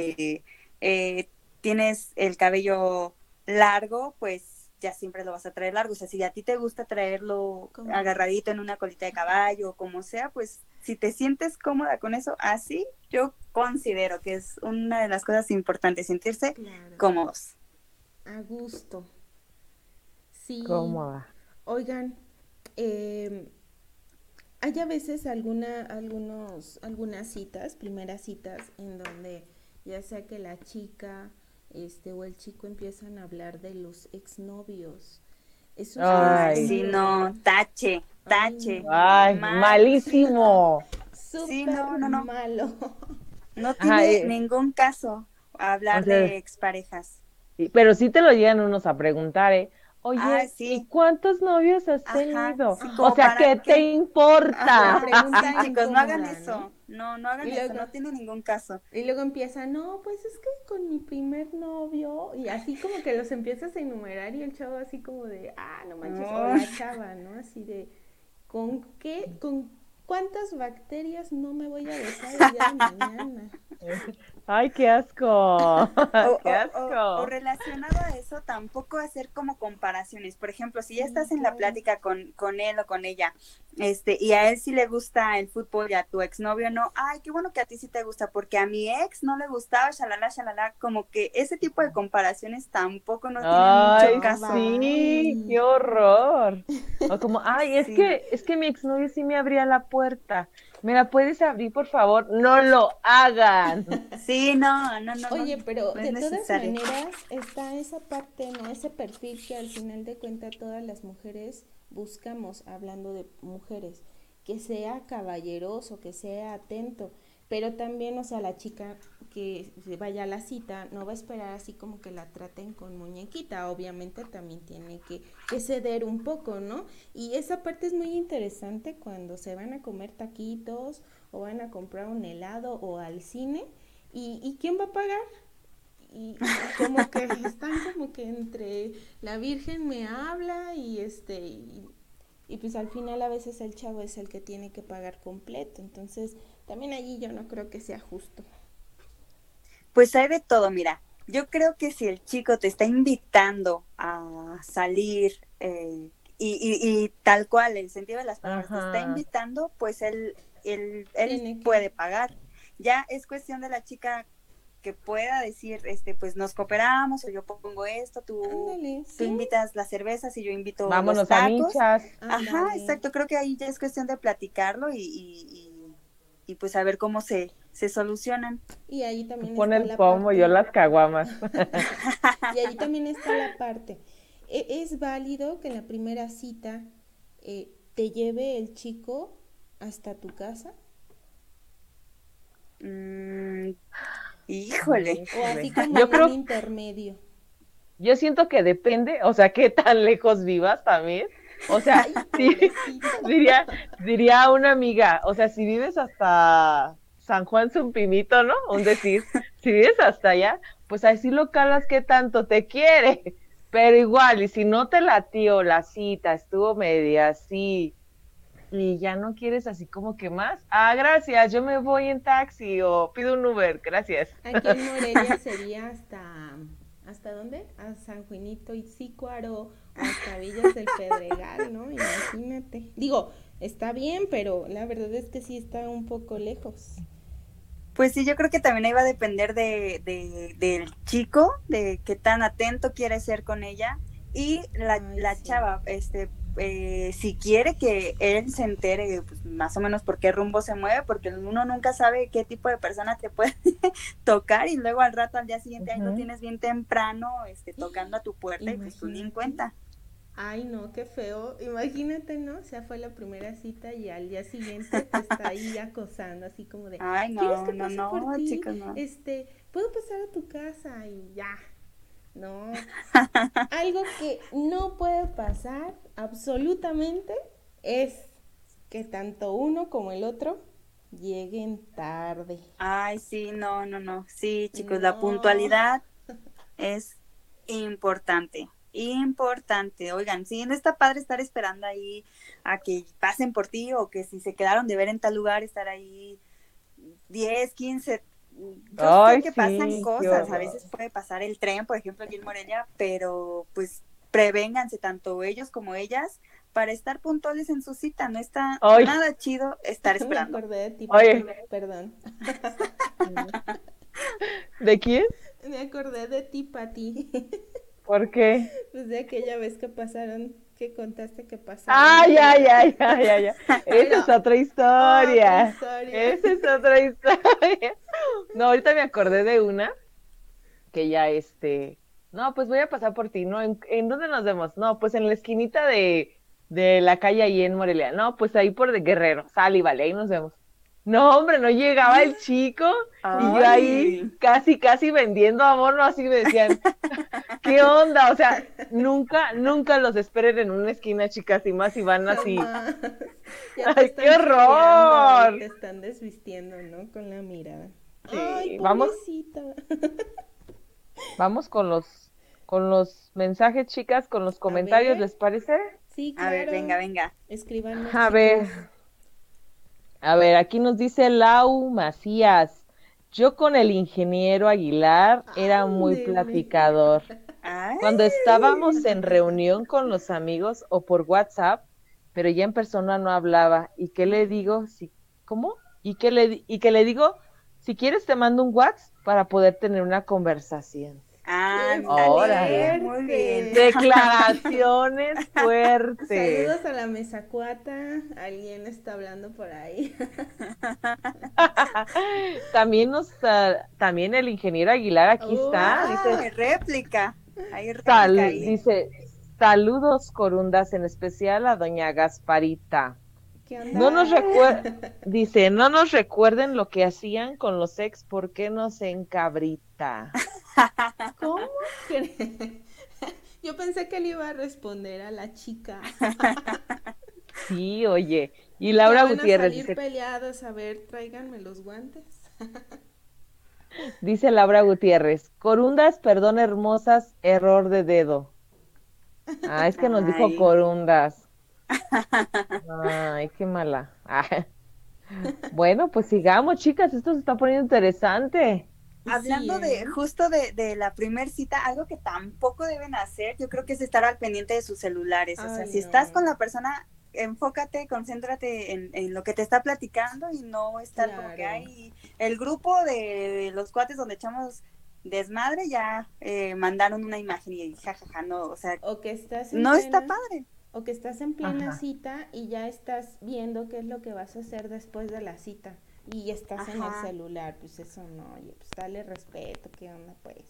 tienes el cabello largo, pues ya siempre lo vas a traer largo, o sea, si a ti te gusta traerlo agarradito en una colita de caballo o como sea, pues si te sientes cómoda con eso, así yo considero que es una de las cosas importantes, sentirse cómodos. A gusto. Sí. Cómoda. Oigan, hay a veces algunas citas, primeras citas, en donde ya sea que la chica o el chico empiezan a hablar de los exnovios. Eso Ay, sí, no, tache. Ay, malísimo. Sí, no. Malo. No tiene ningún caso hablar de exparejas. Pero sí te lo llegan unos a preguntar, oye, sí. ¿y cuántos novios has tenido? Sí, o sea, ¿qué te importa? Sí, chicos, no hagan eso. No hagan eso, no tiene ningún caso. Y luego empieza, no, pues es que con mi primer novio, y así como que los empiezas a enumerar y el chavo así como de, no manches, o la chava, ¿no? Así de, ¿con cuántas bacterias no me voy a besar el día de mañana? Ay, qué asco. Qué asco. O relacionado a eso, tampoco hacer como comparaciones. Por ejemplo, si ya estás en la plática con él o con ella, y a él sí le gusta el fútbol y a tu exnovio no, ay, qué bueno que a ti sí te gusta, porque a mi ex no le gustaba, shalala, como que ese tipo de comparaciones tampoco no tienen mucho caso. Sí, qué horror. O como, ay, es que mi exnovio sí me abría la puerta. ¿Me la puedes abrir, por favor? No lo hagan. Sí, no. Oye, pero no de todas maneras está esa parte, ¿no? Ese perfil que al final de cuentas todas las mujeres buscamos, hablando de mujeres, que sea caballeroso, que sea atento, pero también, o sea, la chica que vaya a la cita no va a esperar así como que la traten con muñequita, obviamente también tiene que ceder un poco, ¿no? Y esa parte es muy interesante cuando se van a comer taquitos o van a comprar un helado o al cine, y ¿quién va a pagar? Y como que están como que entre la Virgen me habla y pues al final a veces el chavo es el que tiene que pagar completo, entonces también allí yo no creo que sea justo. Pues hay de todo, mira. Yo creo que si el chico te está invitando a salir y tal cual, el sentido de las palabras, te está invitando, pues él puede pagar. Ya es cuestión de la chica que pueda decir, pues nos cooperamos, o yo pongo esto, tú invitas las cervezas y yo invito los tacos. Vámonos a michas. Ajá, exacto. Creo que ahí ya es cuestión de platicarlo y pues a ver cómo se solucionan. Y ahí también Pon está el la pomo, parte... yo las caguamas. Y ahí también está la parte. ¿Es válido que en la primera cita te lleve el chico hasta tu casa? Híjole. O así como Yo en creo, un intermedio. yo siento que depende, o sea, qué tan lejos vivas también. O sea, sí, diría una amiga, o sea, si vives hasta San Juan Zumpimito, ¿no? Un decir, si vives hasta allá, pues así lo calas que tanto te quiere. Pero igual, y si no te latió la cita, estuvo media así, y ya no quieres así como que más, gracias, yo me voy en taxi o pido un Uber, gracias. Aquí en Morelia sería ¿hasta dónde? A San Juanito y Sícuaro o hasta Villas del Pedregal, ¿no? Imagínate. Digo, está bien, pero la verdad es que sí está un poco lejos. Pues sí, yo creo que también ahí va a depender del chico, de qué tan atento quiere ser con ella y la sí. chava, si quiere que él se entere, pues, más o menos por qué rumbo se mueve, porque uno nunca sabe qué tipo de persona te puede tocar y luego al rato, al día siguiente, ahí lo tienes bien temprano, tocando a tu puerta. Imagínate. Y pues tú ni en cuenta. Ay, no, qué feo. Imagínate, ¿no? O sea, fue la primera cita y al día siguiente te está ahí acosando, así como de, ay, no, ¿quieres que pase por ti? Chicos, no. ¿Puedo pasar a tu casa? Y ya. No. Algo que no puede pasar absolutamente es que tanto uno como el otro lleguen tarde. Ay, sí, no. Sí, chicos, la puntualidad es importante. Oigan, sí, no está padre estar esperando ahí a que pasen por ti o que si se quedaron de ver en tal lugar, estar ahí 10, 15. Yo sé que pasan cosas, a veces puede pasar el tren, por ejemplo, aquí en Morelia, pero pues prevénganse tanto ellos como ellas para estar puntuales en su cita. No está nada chido estar esperando. Me acordé de ti, perdón. ¿De quién? Me acordé de ti, Pati. ¿Por qué? Pues de aquella vez que pasaron, que contaste que pasaron. Ya. Esa es otra historia. Esa es otra historia. No, ahorita me acordé de una que ya no, pues voy a pasar por ti, ¿no? ¿En dónde nos vemos? No, pues en la esquinita de la calle ahí en Morelia. No, pues ahí por de Guerrero. Sale y vale, ahí nos vemos. No, hombre, no llegaba el chico. Ay. Y yo ahí casi vendiendo amor, no, así me decían, ¿qué onda? O sea, nunca los esperen en una esquina, chicas, y más si van así. ¡Ay, qué horror! Te están desvistiendo, ¿no? Con la mirada. Sí, ay, pobrecita. Vamos con los mensajes, chicas, con los comentarios, ¿les parece? Sí, claro. A ver, venga. Escríbanos. A ver, aquí nos dice Lau Macías. Yo con el ingeniero Aguilar era muy platicador. Cuando estábamos en reunión con los amigos o por WhatsApp, pero ya en persona no hablaba. ¿Y qué le digo? ¿Cómo? ¿Y qué le digo? Si quieres te mando un WhatsApp para poder tener una conversación. Ahora, muy bien. Declaraciones fuertes. Saludos a la mesacuata. Alguien está hablando por ahí. También el ingeniero Aguilar aquí está. Dice réplica. Dice, saludos corundas, en especial a doña Gasparita. ¿Qué onda? Dice, no nos recuerden lo que hacían con los ex porque nos encabrita. ¿Cómo? Yo pensé que le iba a responder a la chica. Sí, oye. Y Laura Ya van a Gutiérrez salir dice, peleados, a ver, tráiganme los guantes. dice Laura Gutiérrez, corundas, perdón, hermosas, error de dedo. Ah, es que nos dijo Ay. corundas. Ay, qué mala. Ah, bueno, pues sigamos, chicas, esto se está poniendo interesante. Hablando Sí, de ¿eh? justo de la primer cita, algo que tampoco deben hacer, yo creo que es estar al pendiente de sus celulares. O sea, Ay, si estás con no. la persona, enfócate, concéntrate en lo que te está platicando y no estar como que Claro. hay el grupo de los cuates donde echamos desmadre, ya mandaron una imagen y jajaja, no, o sea, O que estás en no está plena, padre. o que estás en plena Ajá. cita y ya estás viendo qué es lo que vas a hacer después de la cita. Y estás en el Ajá. celular, pues eso no, oye, pues dale respeto, ¿qué onda pues?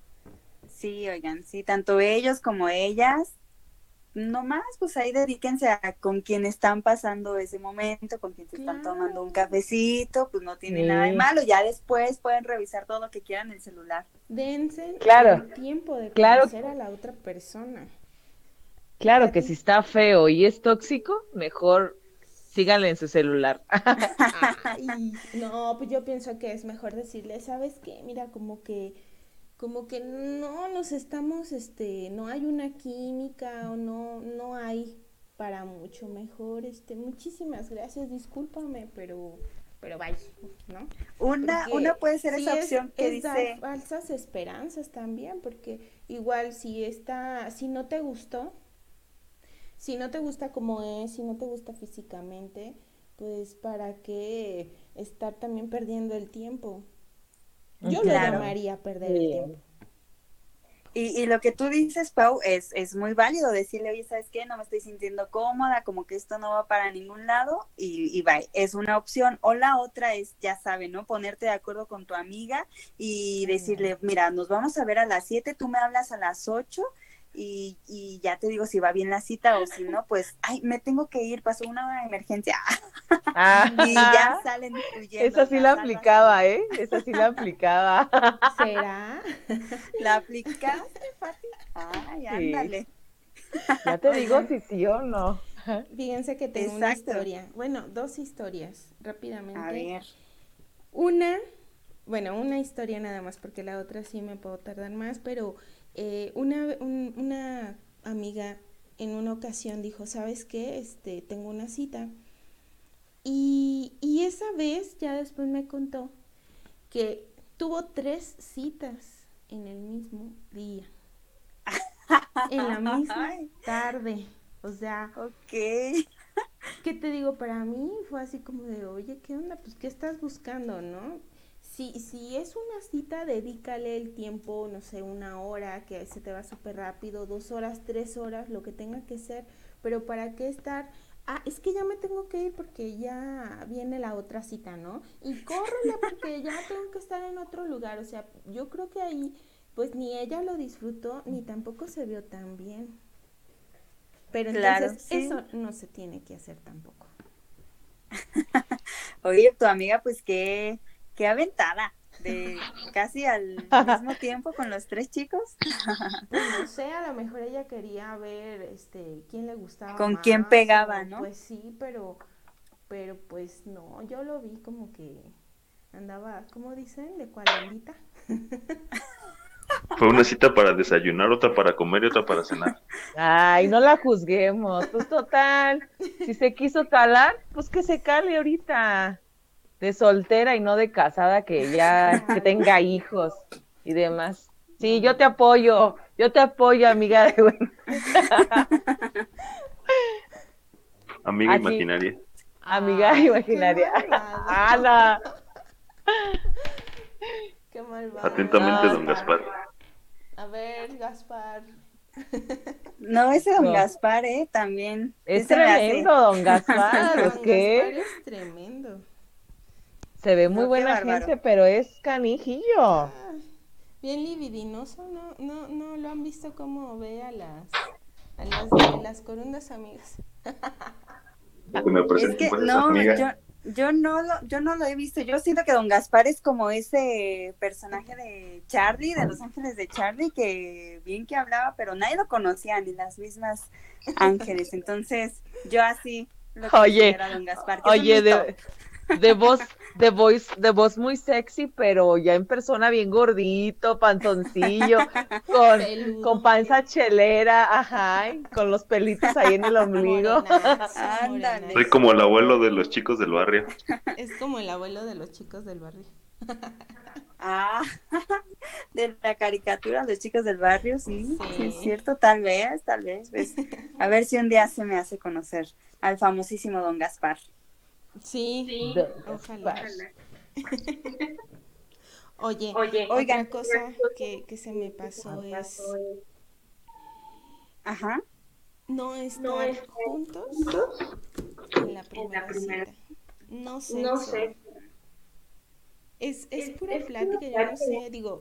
Sí, oigan, sí, tanto ellos como ellas, nomás, pues ahí dedíquense a con quien están pasando ese momento, con quien se están tomando un Claro. cafecito, pues no tiene nada de Sí, malo, ya después pueden revisar todo lo que quieran en el celular. Dense claro, el tiempo de claro, conocer a la otra persona. claro que si Katy. está feo y es tóxico, mejor síganle en su celular. Ay, no, pues yo pienso que es mejor decirle, ¿sabes qué? Mira, como que no nos estamos, no hay una química o no hay para mucho mejor, muchísimas gracias, discúlpame, pero bye, ¿no? Una Porque puede ser sí esa opción que es dar dice, falsas esperanzas también, porque igual si no te gustó, si no te gusta como es, si no te gusta físicamente, pues para qué estar también perdiendo el tiempo. Yo lo claro. Ujú. llamaría perder el Sí, tiempo. Y lo que tú dices, Pau, es muy válido decirle, oye, ¿sabes qué? No me estoy sintiendo cómoda, como que esto no va para ningún lado y bye, es una opción. O la otra es, ya saben, ¿no? Ponerte de acuerdo con tu amiga y Ándale. decirle, mira, nos vamos a ver a las 7, tú me hablas a las 8 y ya te digo si va bien la cita o si no, pues, ay, me tengo que ir, pasó una emergencia y ya ah, salen huyendo, esa sí la la salvas ahí. aplicaba, ¿eh? Esa sí la aplicaba. ¿Será? ¿La aplicaste, Pati? Ay, Sí, ándale. ya te digo Oigan, si sí o no. fíjense que tengo una Exacto. historia. Bueno, dos historias, A rápidamente. ver. Una, bueno, una historia nada más, porque la otra sí me puedo tardar más, pero una amiga en una ocasión dijo, ¿sabes qué? Tengo una cita. Y esa vez ya después me contó que tuvo 3 citas en el mismo día, en la misma Ay, tarde. O sea, ok. ¿qué te digo? Para mí fue así como de, oye, ¿qué onda? Pues, ¿qué estás buscando, no? Si es una cita, dedícale el tiempo, no sé, 1 hora, que se te va súper rápido, 2 horas, 3 horas, lo que tenga que ser, pero ¿para qué estar? Ah, es que ya me tengo que ir porque ya viene la otra cita, ¿no? Y córrele porque ya tengo que estar en otro lugar. O sea, yo creo que ahí, pues ni ella lo disfrutó, ni tampoco se vio tan bien. Pero Claro, entonces sí. eso no se tiene que hacer tampoco. Oye, tu amiga, pues qué aventada. De casi al mismo tiempo con los 3 chicos. Pues no sé, a lo mejor ella quería ver quién le gustaba Con quién más pegaba, o ¿no? pues sí, pero pues no, yo lo vi como que andaba, ¿cómo dicen? De cuarenguita. Fue una cita para desayunar, otra para comer y otra para cenar. Ay, no la juzguemos. Pues total, si se quiso calar, pues que se cale ahorita. De soltera y no de casada, que Claro. tenga hijos y demás. Sí, No. yo te apoyo, amiga de bueno. Amiga Aquí, imaginaria. amiga Ay, qué imaginaria. malvado. Ana, Qué malvado. Atentamente, no, don Gaspar. A ver, Gaspar. No, ese don no. Gaspar, también. Sí Es se me tremendo, hace. don Sí, Gaspar, pues don qué, Gaspar es tremendo. se ve muy No, qué buena bárbaro. gente, pero es canijillo. Ay, bien libidinoso, no lo han visto cómo ve a las de las corundas amigas. que me Es presenten que pues a su no, amiga. yo no lo he visto. Yo siento que Don Gaspar es como ese personaje de Charlie, de Los Ángeles de Charlie, que bien que hablaba, pero nadie lo conocía, ni las mismas ángeles. Entonces, yo así lo Oye, considero a Don Gaspar, que es un oye, mito. de voz muy sexy, pero ya en persona bien gordito, panzoncillo, con Peludo. panza chelera, ajá, y con los pelitos ahí en el ombligo. Morenazo, Ándale. Soy como el morenazo. abuelo de los chicos del barrio. Es como el abuelo de los chicos del barrio. Ah, de la caricatura, los chicos del barrio, sí, sí es Sí, cierto, tal vez, pues, a ver si un día se me hace conocer al famosísimo Don Gaspar. sí, Don ojalá. Gaspar. Oye, Oigan, otra cosa que se me pasó es ajá, no estar juntos en la primera cita. No sexo. Es pura plática, yo no sé, digo,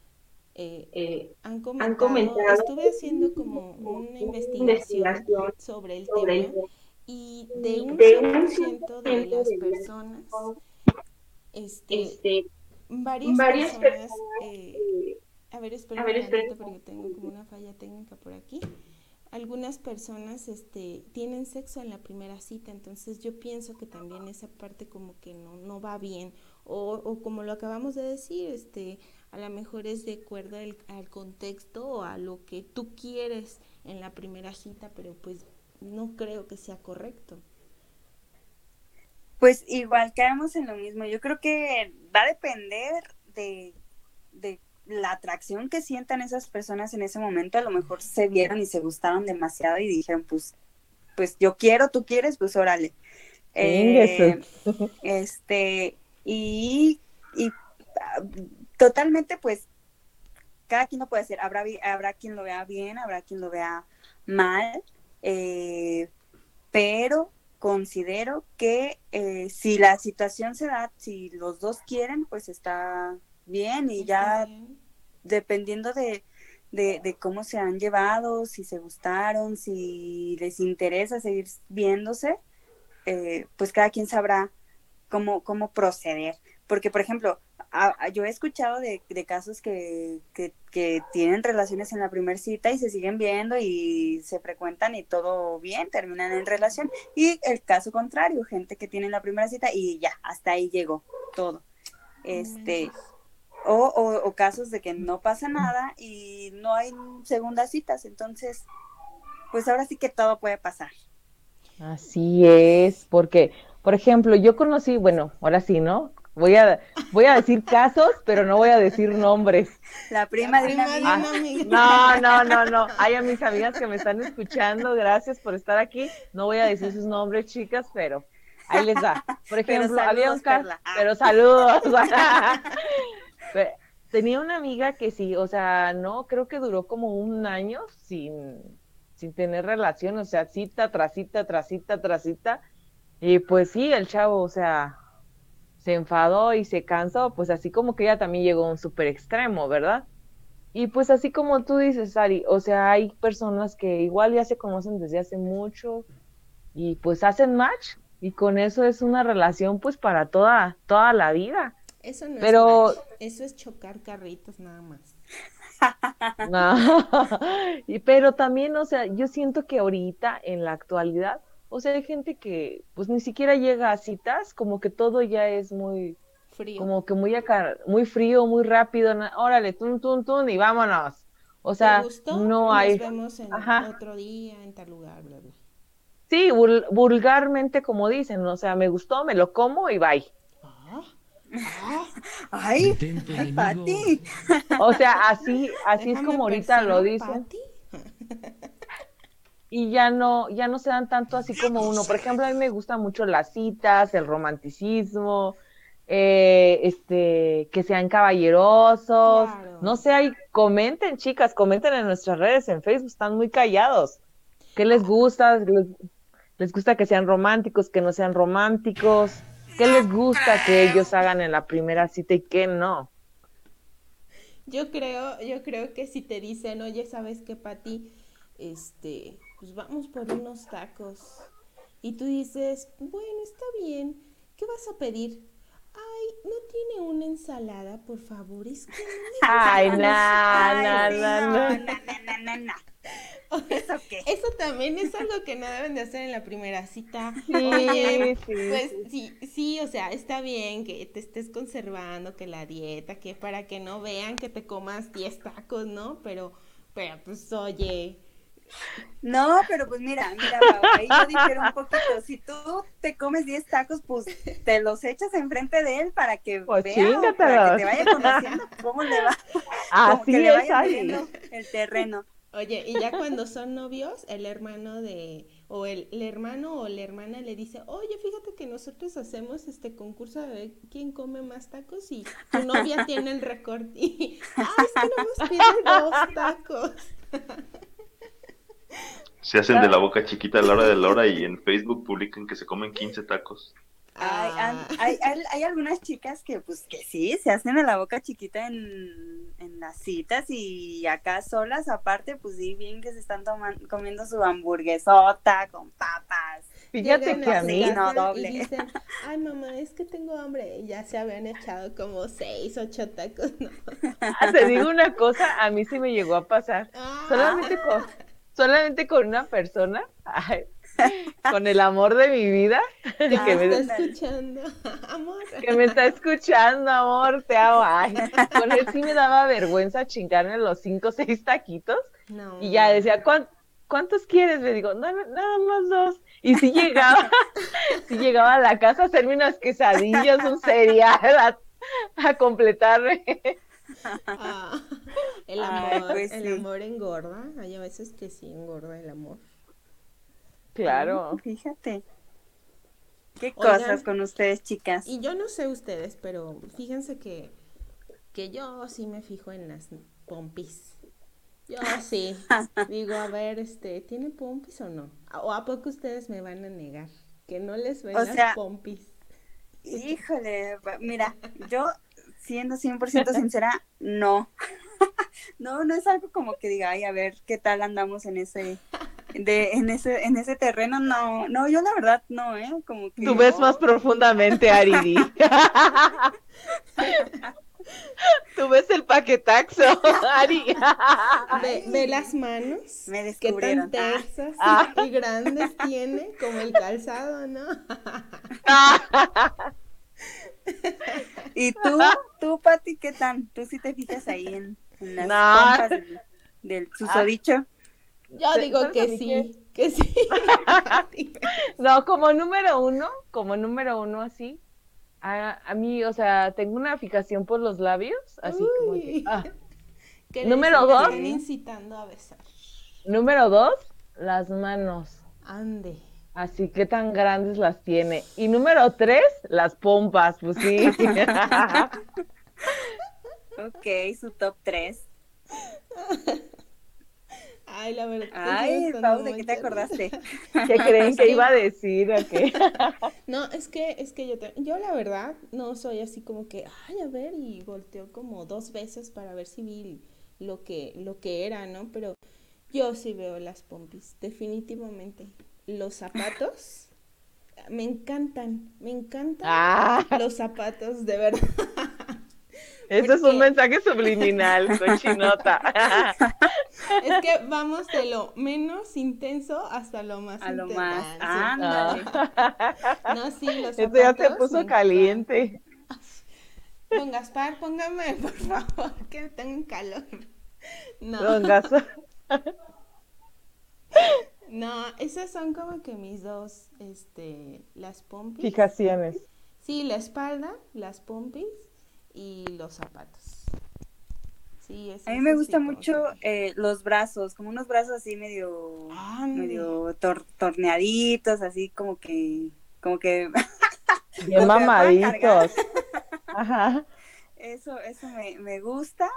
han comentado, estuve haciendo como una investigación sobre el tema y de un 100% de las personas, este, varias personas, a ver, espérenme tantito porque tengo como una falla técnica por aquí. Algunas personas tienen sexo en la primera cita, entonces yo pienso que también esa parte como que no va bien, o como lo acabamos de decir, a lo mejor es de acuerdo al contexto o a lo que tú quieres en la primera cita, pero pues no creo que sea correcto. pues igual caemos en lo mismo. Yo creo que va a depender de la atracción que sientan esas personas en ese momento. A lo mejor se vieron y se gustaron demasiado y dijeron, pues yo quiero, tú quieres, pues órale. Chinguesu. Este, y totalmente, pues, cada quien lo puede hacer. Habrá quien lo vea bien, habrá quien lo vea mal, pero considero que si la situación se da, si los dos quieren, pues está bien y Está ya bien. dependiendo de cómo se han llevado, si se gustaron, si les interesa seguir viéndose, pues cada quien sabrá cómo proceder. Porque, por ejemplo, yo he escuchado de casos que tienen relaciones en la primera cita y se siguen viendo y se frecuentan y todo bien, terminan en relación. Y el caso contrario, gente que tiene la primera cita y ya, hasta ahí llegó todo. No Este, manches. o casos de que no pasa nada y no hay segundas citas. Entonces, pues ahora sí que todo puede pasar. Así es, porque, por ejemplo, yo conocí, bueno, ahora sí, ¿no? Voy a decir casos, pero no voy a decir nombres. La La prima de una prima de amiga. una amiga. No. Hay a mis amigas que me están escuchando, gracias por estar aquí. No voy a decir sus nombres, chicas, pero ahí les va. Por Pero ejemplo, había un saludos, caso, Perla. pero saludos. Pe- Tenía una amiga que sí, o sea, no, creo que duró como un año sin tener relación, o sea, cita tras cita, tras cita, tras cita. Y pues sí, el chavo, o sea, se enfadó y se cansó, pues así como que ella también llegó a un súper extremo, ¿verdad? Y pues así como tú dices, Ari, o sea, hay personas que igual ya se conocen desde hace mucho y pues hacen match y con eso es una relación pues para toda la vida. Eso no es Pero match, eso es chocar carritos nada más. no, pero también, o sea, yo siento que ahorita, en la actualidad, o sea, hay gente que pues ni siquiera llega a citas, como que todo ya es muy, Frío. como que muy frío, muy rápido, órale, tun, y vámonos. O ¿Te sea, gustó? no Nos hay, vemos en ajá, otro día, en tal lugar, bla, bla. sí, vulgarmente como dicen, o sea, me gustó, me lo como y bye. Ah, ah, Ay, ay, Pati. O sea, así es déjame como ahorita lo persino, dicen. Pati. Y ya no se dan tanto así como uno. Por ejemplo, a mí me gustan mucho las citas, el romanticismo, que sean caballerosos. No Claro. sé, ahí comenten, chicas, comenten en nuestras redes, en Facebook, están muy callados. ¿Qué les Ah, gusta? Les gusta que sean románticos, que no sean románticos? ¿Qué les gusta que ellos hagan en la primera cita y qué no? yo creo que si te dicen, oye, ¿sabes qué, Pati? Pues vamos por unos tacos. y tú dices, bueno, está bien, ¿qué vas a pedir? Ay, ¿no tiene una ensalada, por favor? Es que no me Ay, gustan Ay, sí, no, no, no. no, no, no, no. los... ¿Eso qué? Eso también es algo que no deben de hacer en la primera cita. Sí, Oye, sí, pues sí. sí, o sea, está bien que te estés conservando, que la dieta, que para que no vean que te comas 10 tacos, ¿no? Pero pues oye, No, pero pues mira, Pau, ahí yo difiero un poquito. Si tú te comes 10 tacos, pues te los echas enfrente de él para que Pues vea o para que chíngatelos. te vaya conociendo cómo le va, como que Así le es, vayas Ari. midiendo el terreno. oye, y ya cuando son novios, el hermano o el hermano o la hermana le dice, oye, fíjate que nosotros hacemos este concurso de ver quién come más tacos y tu novia tiene el récord y, ay, es que nomás pide 2 tacos. Se hacen de la boca chiquita a la hora de la hora y en Facebook publican que se comen 15 tacos. Ah, Hay algunas chicas que pues que sí, se hacen a la boca chiquita en las citas y acá solas, aparte, pues sí, bien que se están comiendo su hamburguesota con papas. Fíjate llegan que a a su mí, no, casa y doble. dicen, ay mamá, es que tengo hambre. Y ya se habían echado como 6, 8 tacos, ¿no? te digo una cosa, a mí sí me llegó a pasar. Ah, Solamente con una persona, ay, con el amor de mi vida, que que me está me, Ándale. escuchando, amor. que me está escuchando, amor, te amo. Ay, con él sí me daba vergüenza chingarme los 5 o 6 taquitos. No, Y ya decía, ¿cuántos quieres? Le digo, no, nada más 2. Y sí llegaba a la casa a hacerme unas quesadillas, un cereal, a completarme. ah, Ay, pues el sí. amor engorda. Hay a veces que sí engorda el amor. Claro. Fíjate, qué Oigan, cosas con ustedes, chicas. y yo no sé ustedes, pero fíjense que yo sí me fijo en las pompis. Yo sí. Digo, a ver, ¿tiene pompis o no? ¿O a poco ustedes me van a negar que no les ven O las sea, pompis? híjole, mira, yo siendo 100% sincera, no. No es algo como que diga, ay, a ver, ¿qué tal andamos en ese terreno? No, yo la verdad no, como Tú que, ves más profundamente, Aridi. Tú ves el paquetaxo, Ari. Ve las manos, me qué tan descubrieron. tersas Ah. y grandes tiene, como el calzado, ¿no? ¿Y tú, Pati, qué tal? ¿Tú sí te fijas ahí en las No. pompas del susodicho? Yo digo ¿Sabes a que mí sí, que sí. No, como número uno, así. A mí, o sea, tengo una fijación por los labios, así como que. Uy. ¿Qué le Número dicen? Te 2, están incitando a besar. las manos. Ande. Así que tan grandes las tiene. Y número 3, las pompas, pues sí. Ok, su top 3. Ay, la verdad. Ay, Pau, ¿de qué te acordaste? ¿Qué creen que iba a decir o qué? No, es que yo la verdad no soy así como que, ay, a ver, y volteo como 2 veces para ver si vi lo que era, ¿no? Pero yo sí veo las pompis, definitivamente. Los zapatos, me encantan Ah, los zapatos, de verdad. eso es un Porque mensaje subliminal, cochinota. es que vamos de lo menos intenso hasta lo más A lo intenso. más. Ah, sí. Ándale. No, sí, los Esto ya se zapatos puso me caliente. Don Gaspar, póngame, por favor, que tengo calor. No, Don Gaso. no, esas son como que mis dos, las pompis. Fijaciones. Sí, la espalda, las pompis y los zapatos. Sí, A mí me eso sí, gustan como mucho que- los brazos, como unos brazos así medio Ande. torneaditos, así como que Bien como que me puedan cargar. mamaditos. Ajá. Eso me gusta,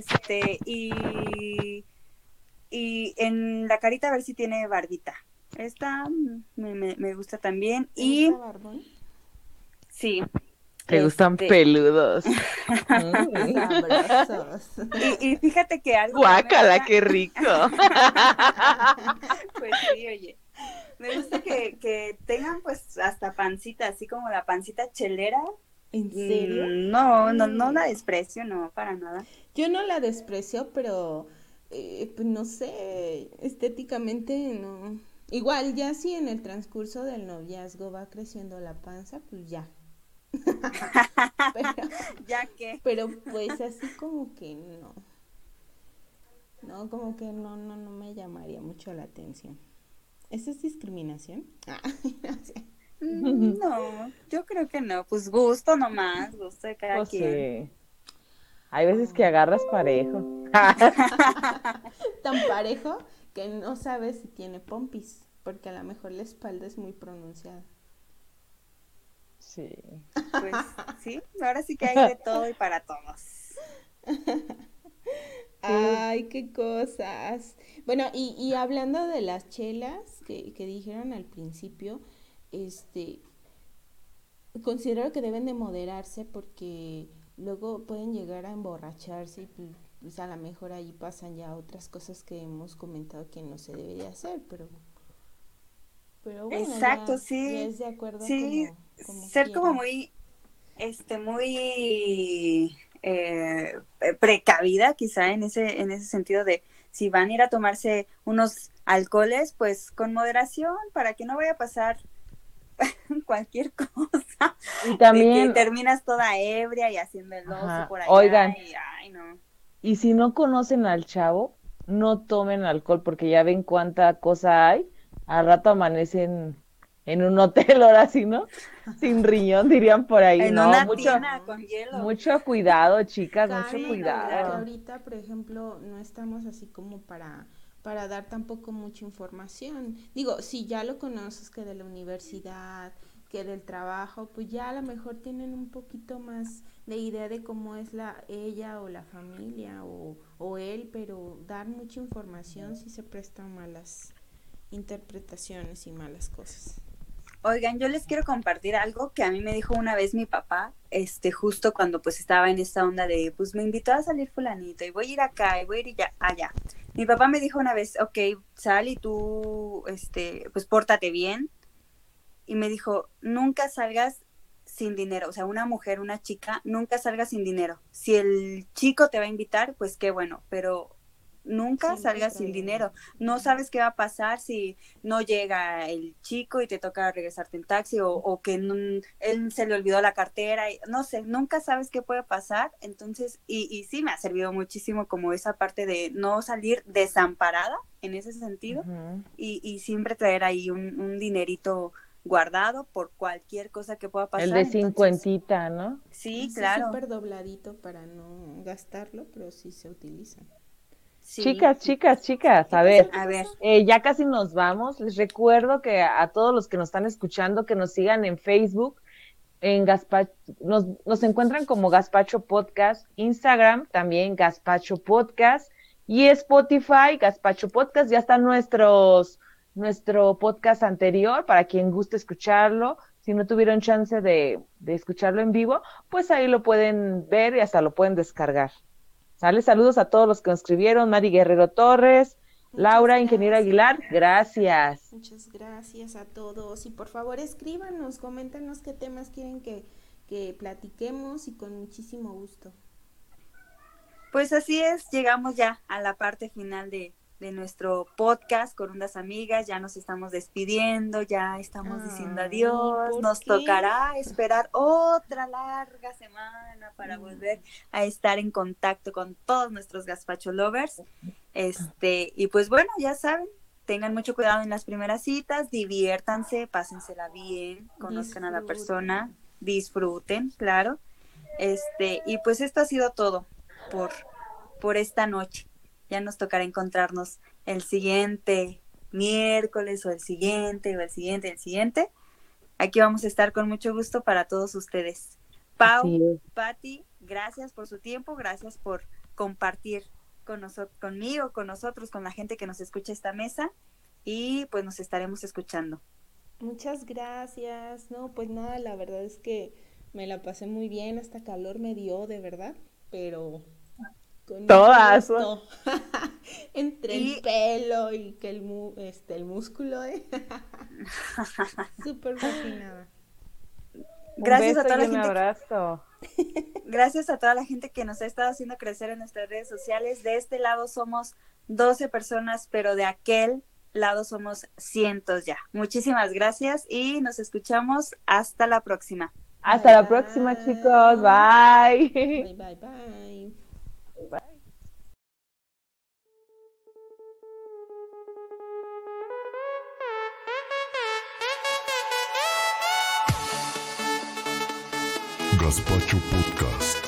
y en la carita a ver si tiene barbita. Esta me gusta también. ¿Te Y gusta barbón? sí, Te gustan peludos. Sabrosos. y fíjate que algo que no me Guácala, gusta, qué rico. pues sí, oye. Me gusta que tengan pues hasta pancita, así como la pancita chelera. ¿En serio? No la desprecio, no, para nada. Yo no la desprecio, pero pues no sé, estéticamente no. Igual, ya si en el transcurso del noviazgo va creciendo la panza, pues ya. Pero, Ya que. pero pues así como que no. No, como que no me llamaría mucho la atención. ¿Eso es discriminación? No sé. No, yo creo que no. Pues gusto nomás, gusto de cada Pues quien. sí. Hay veces que agarras parejo. Tan parejo que no sabes si tiene pompis, porque a lo mejor la espalda es muy pronunciada. Sí. Pues sí, ahora sí que hay de todo y para todos. Ay, qué cosas. Bueno, y hablando de las chelas que dijeron al principio, este, considero que deben de moderarse porque luego pueden llegar a emborracharse y pues a lo mejor ahí pasan ya otras cosas que hemos comentado que no se debería hacer, pero bueno, Exacto, ya sí. es de acuerdo Sí, como ser como quieran. muy, precavida quizá en ese sentido de si van a ir a tomarse unos alcoholes, pues con moderación para que no vaya a pasar cualquier cosa Y de que también, terminas toda ebria y haciendo el oso ajá, por allá oigan, y ay no. y si no conocen al chavo, no tomen alcohol porque ya ven cuánta cosa hay. Al rato amanecen en un hotel, ahora sí, ¿no? Sin riñón, dirían por ahí. En No, una mucho, tina con hielo. mucho cuidado, chicas, mucho Sí, Calma, no, que claro. cuidado. ahorita, por ejemplo, no estamos así como para dar tampoco mucha información. Digo, si ya lo conoces que de la universidad, que del trabajo, pues ya a lo mejor tienen un poquito más de idea de cómo es ella o la familia o él, pero dar mucha información sí se presta a malas interpretaciones y malas cosas. Oigan, yo les quiero compartir algo que a mí me dijo una vez mi papá, justo cuando pues estaba en esta onda de, pues me invitó a salir fulanito y voy a ir acá y voy a ir allá. Mi papá me dijo una vez, ok, sal y tú, pues pórtate bien. Y me dijo, nunca salgas sin dinero, o sea, una mujer, una chica, nunca salga sin dinero. Si el chico te va a invitar, pues qué bueno, pero nunca Siempre salgas sin trae. dinero. No sabes qué va a pasar si no llega el chico y te toca regresarte en taxi o que él se le olvidó la cartera, y, no sé, nunca sabes qué puede pasar. Entonces, y sí me ha servido muchísimo como esa parte de no salir desamparada en ese sentido Ujú. y siempre traer ahí un dinerito guardado por cualquier cosa que pueda El de pasar. Entonces, cincuentita, ¿no? sí, Así claro, súper dobladito para no gastarlo, pero sí se utiliza. sí. Chicas, ¿Qué a pasó? ver, ¿Qué A ver, pasó? ya casi nos vamos. Les recuerdo que a todos los que nos están escuchando, que nos sigan en Facebook, en nos encuentran como Gaspacho Podcast, Instagram también Gaspacho Podcast y Spotify, Gaspacho Podcast. Ya están nuestro podcast anterior para quien guste escucharlo. Si no tuvieron chance de escucharlo en vivo, pues ahí lo pueden ver y hasta lo pueden descargar. ¿Sale? Saludos a todos los que nos escribieron, Mari Guerrero Torres, Muchas Laura, Ingeniero Aguilar, gracias. gracias. Muchas gracias a todos. Y por favor escríbanos, coméntanos qué temas quieren que platiquemos y con muchísimo gusto. pues así es, llegamos ya a la parte final de nuestro podcast con unas amigas, ya nos estamos despidiendo, ya estamos diciendo Ay, adiós, ¿por nos qué? tocará esperar otra larga semana para volver a estar en contacto con todos nuestros gazpacho lovers. Y pues bueno, ya saben, tengan mucho cuidado en las primeras citas, diviértanse, pásensela bien, conozcan a la persona, Disfruten. disfruten, claro. Y pues esto ha sido todo por, por esta noche. Ya nos tocará encontrarnos el siguiente miércoles o el siguiente o el siguiente, el siguiente. Aquí vamos a estar con mucho gusto para todos ustedes. Pau, Así es. Patti, gracias por su tiempo, gracias por compartir conmigo, con nosotros, con la gente que nos escucha esta mesa y pues nos estaremos escuchando. Muchas gracias. No, pues nada, la verdad es que me la pasé muy bien, hasta calor me dio, de verdad, pero con mucho Todas. gusto. Entre el pelo y que el músculo, Súper fascinada. Gracias un beso a toda la y un gente. abrazo. Gracias a toda la gente que nos ha estado haciendo crecer en nuestras redes sociales. De este lado somos 12 personas, pero de aquel lado somos cientos ya. Muchísimas gracias y nos escuchamos hasta la próxima. Hasta la próxima, chicos. Bye. Bye, bye, bye. Bye. Gazpacho Podcast.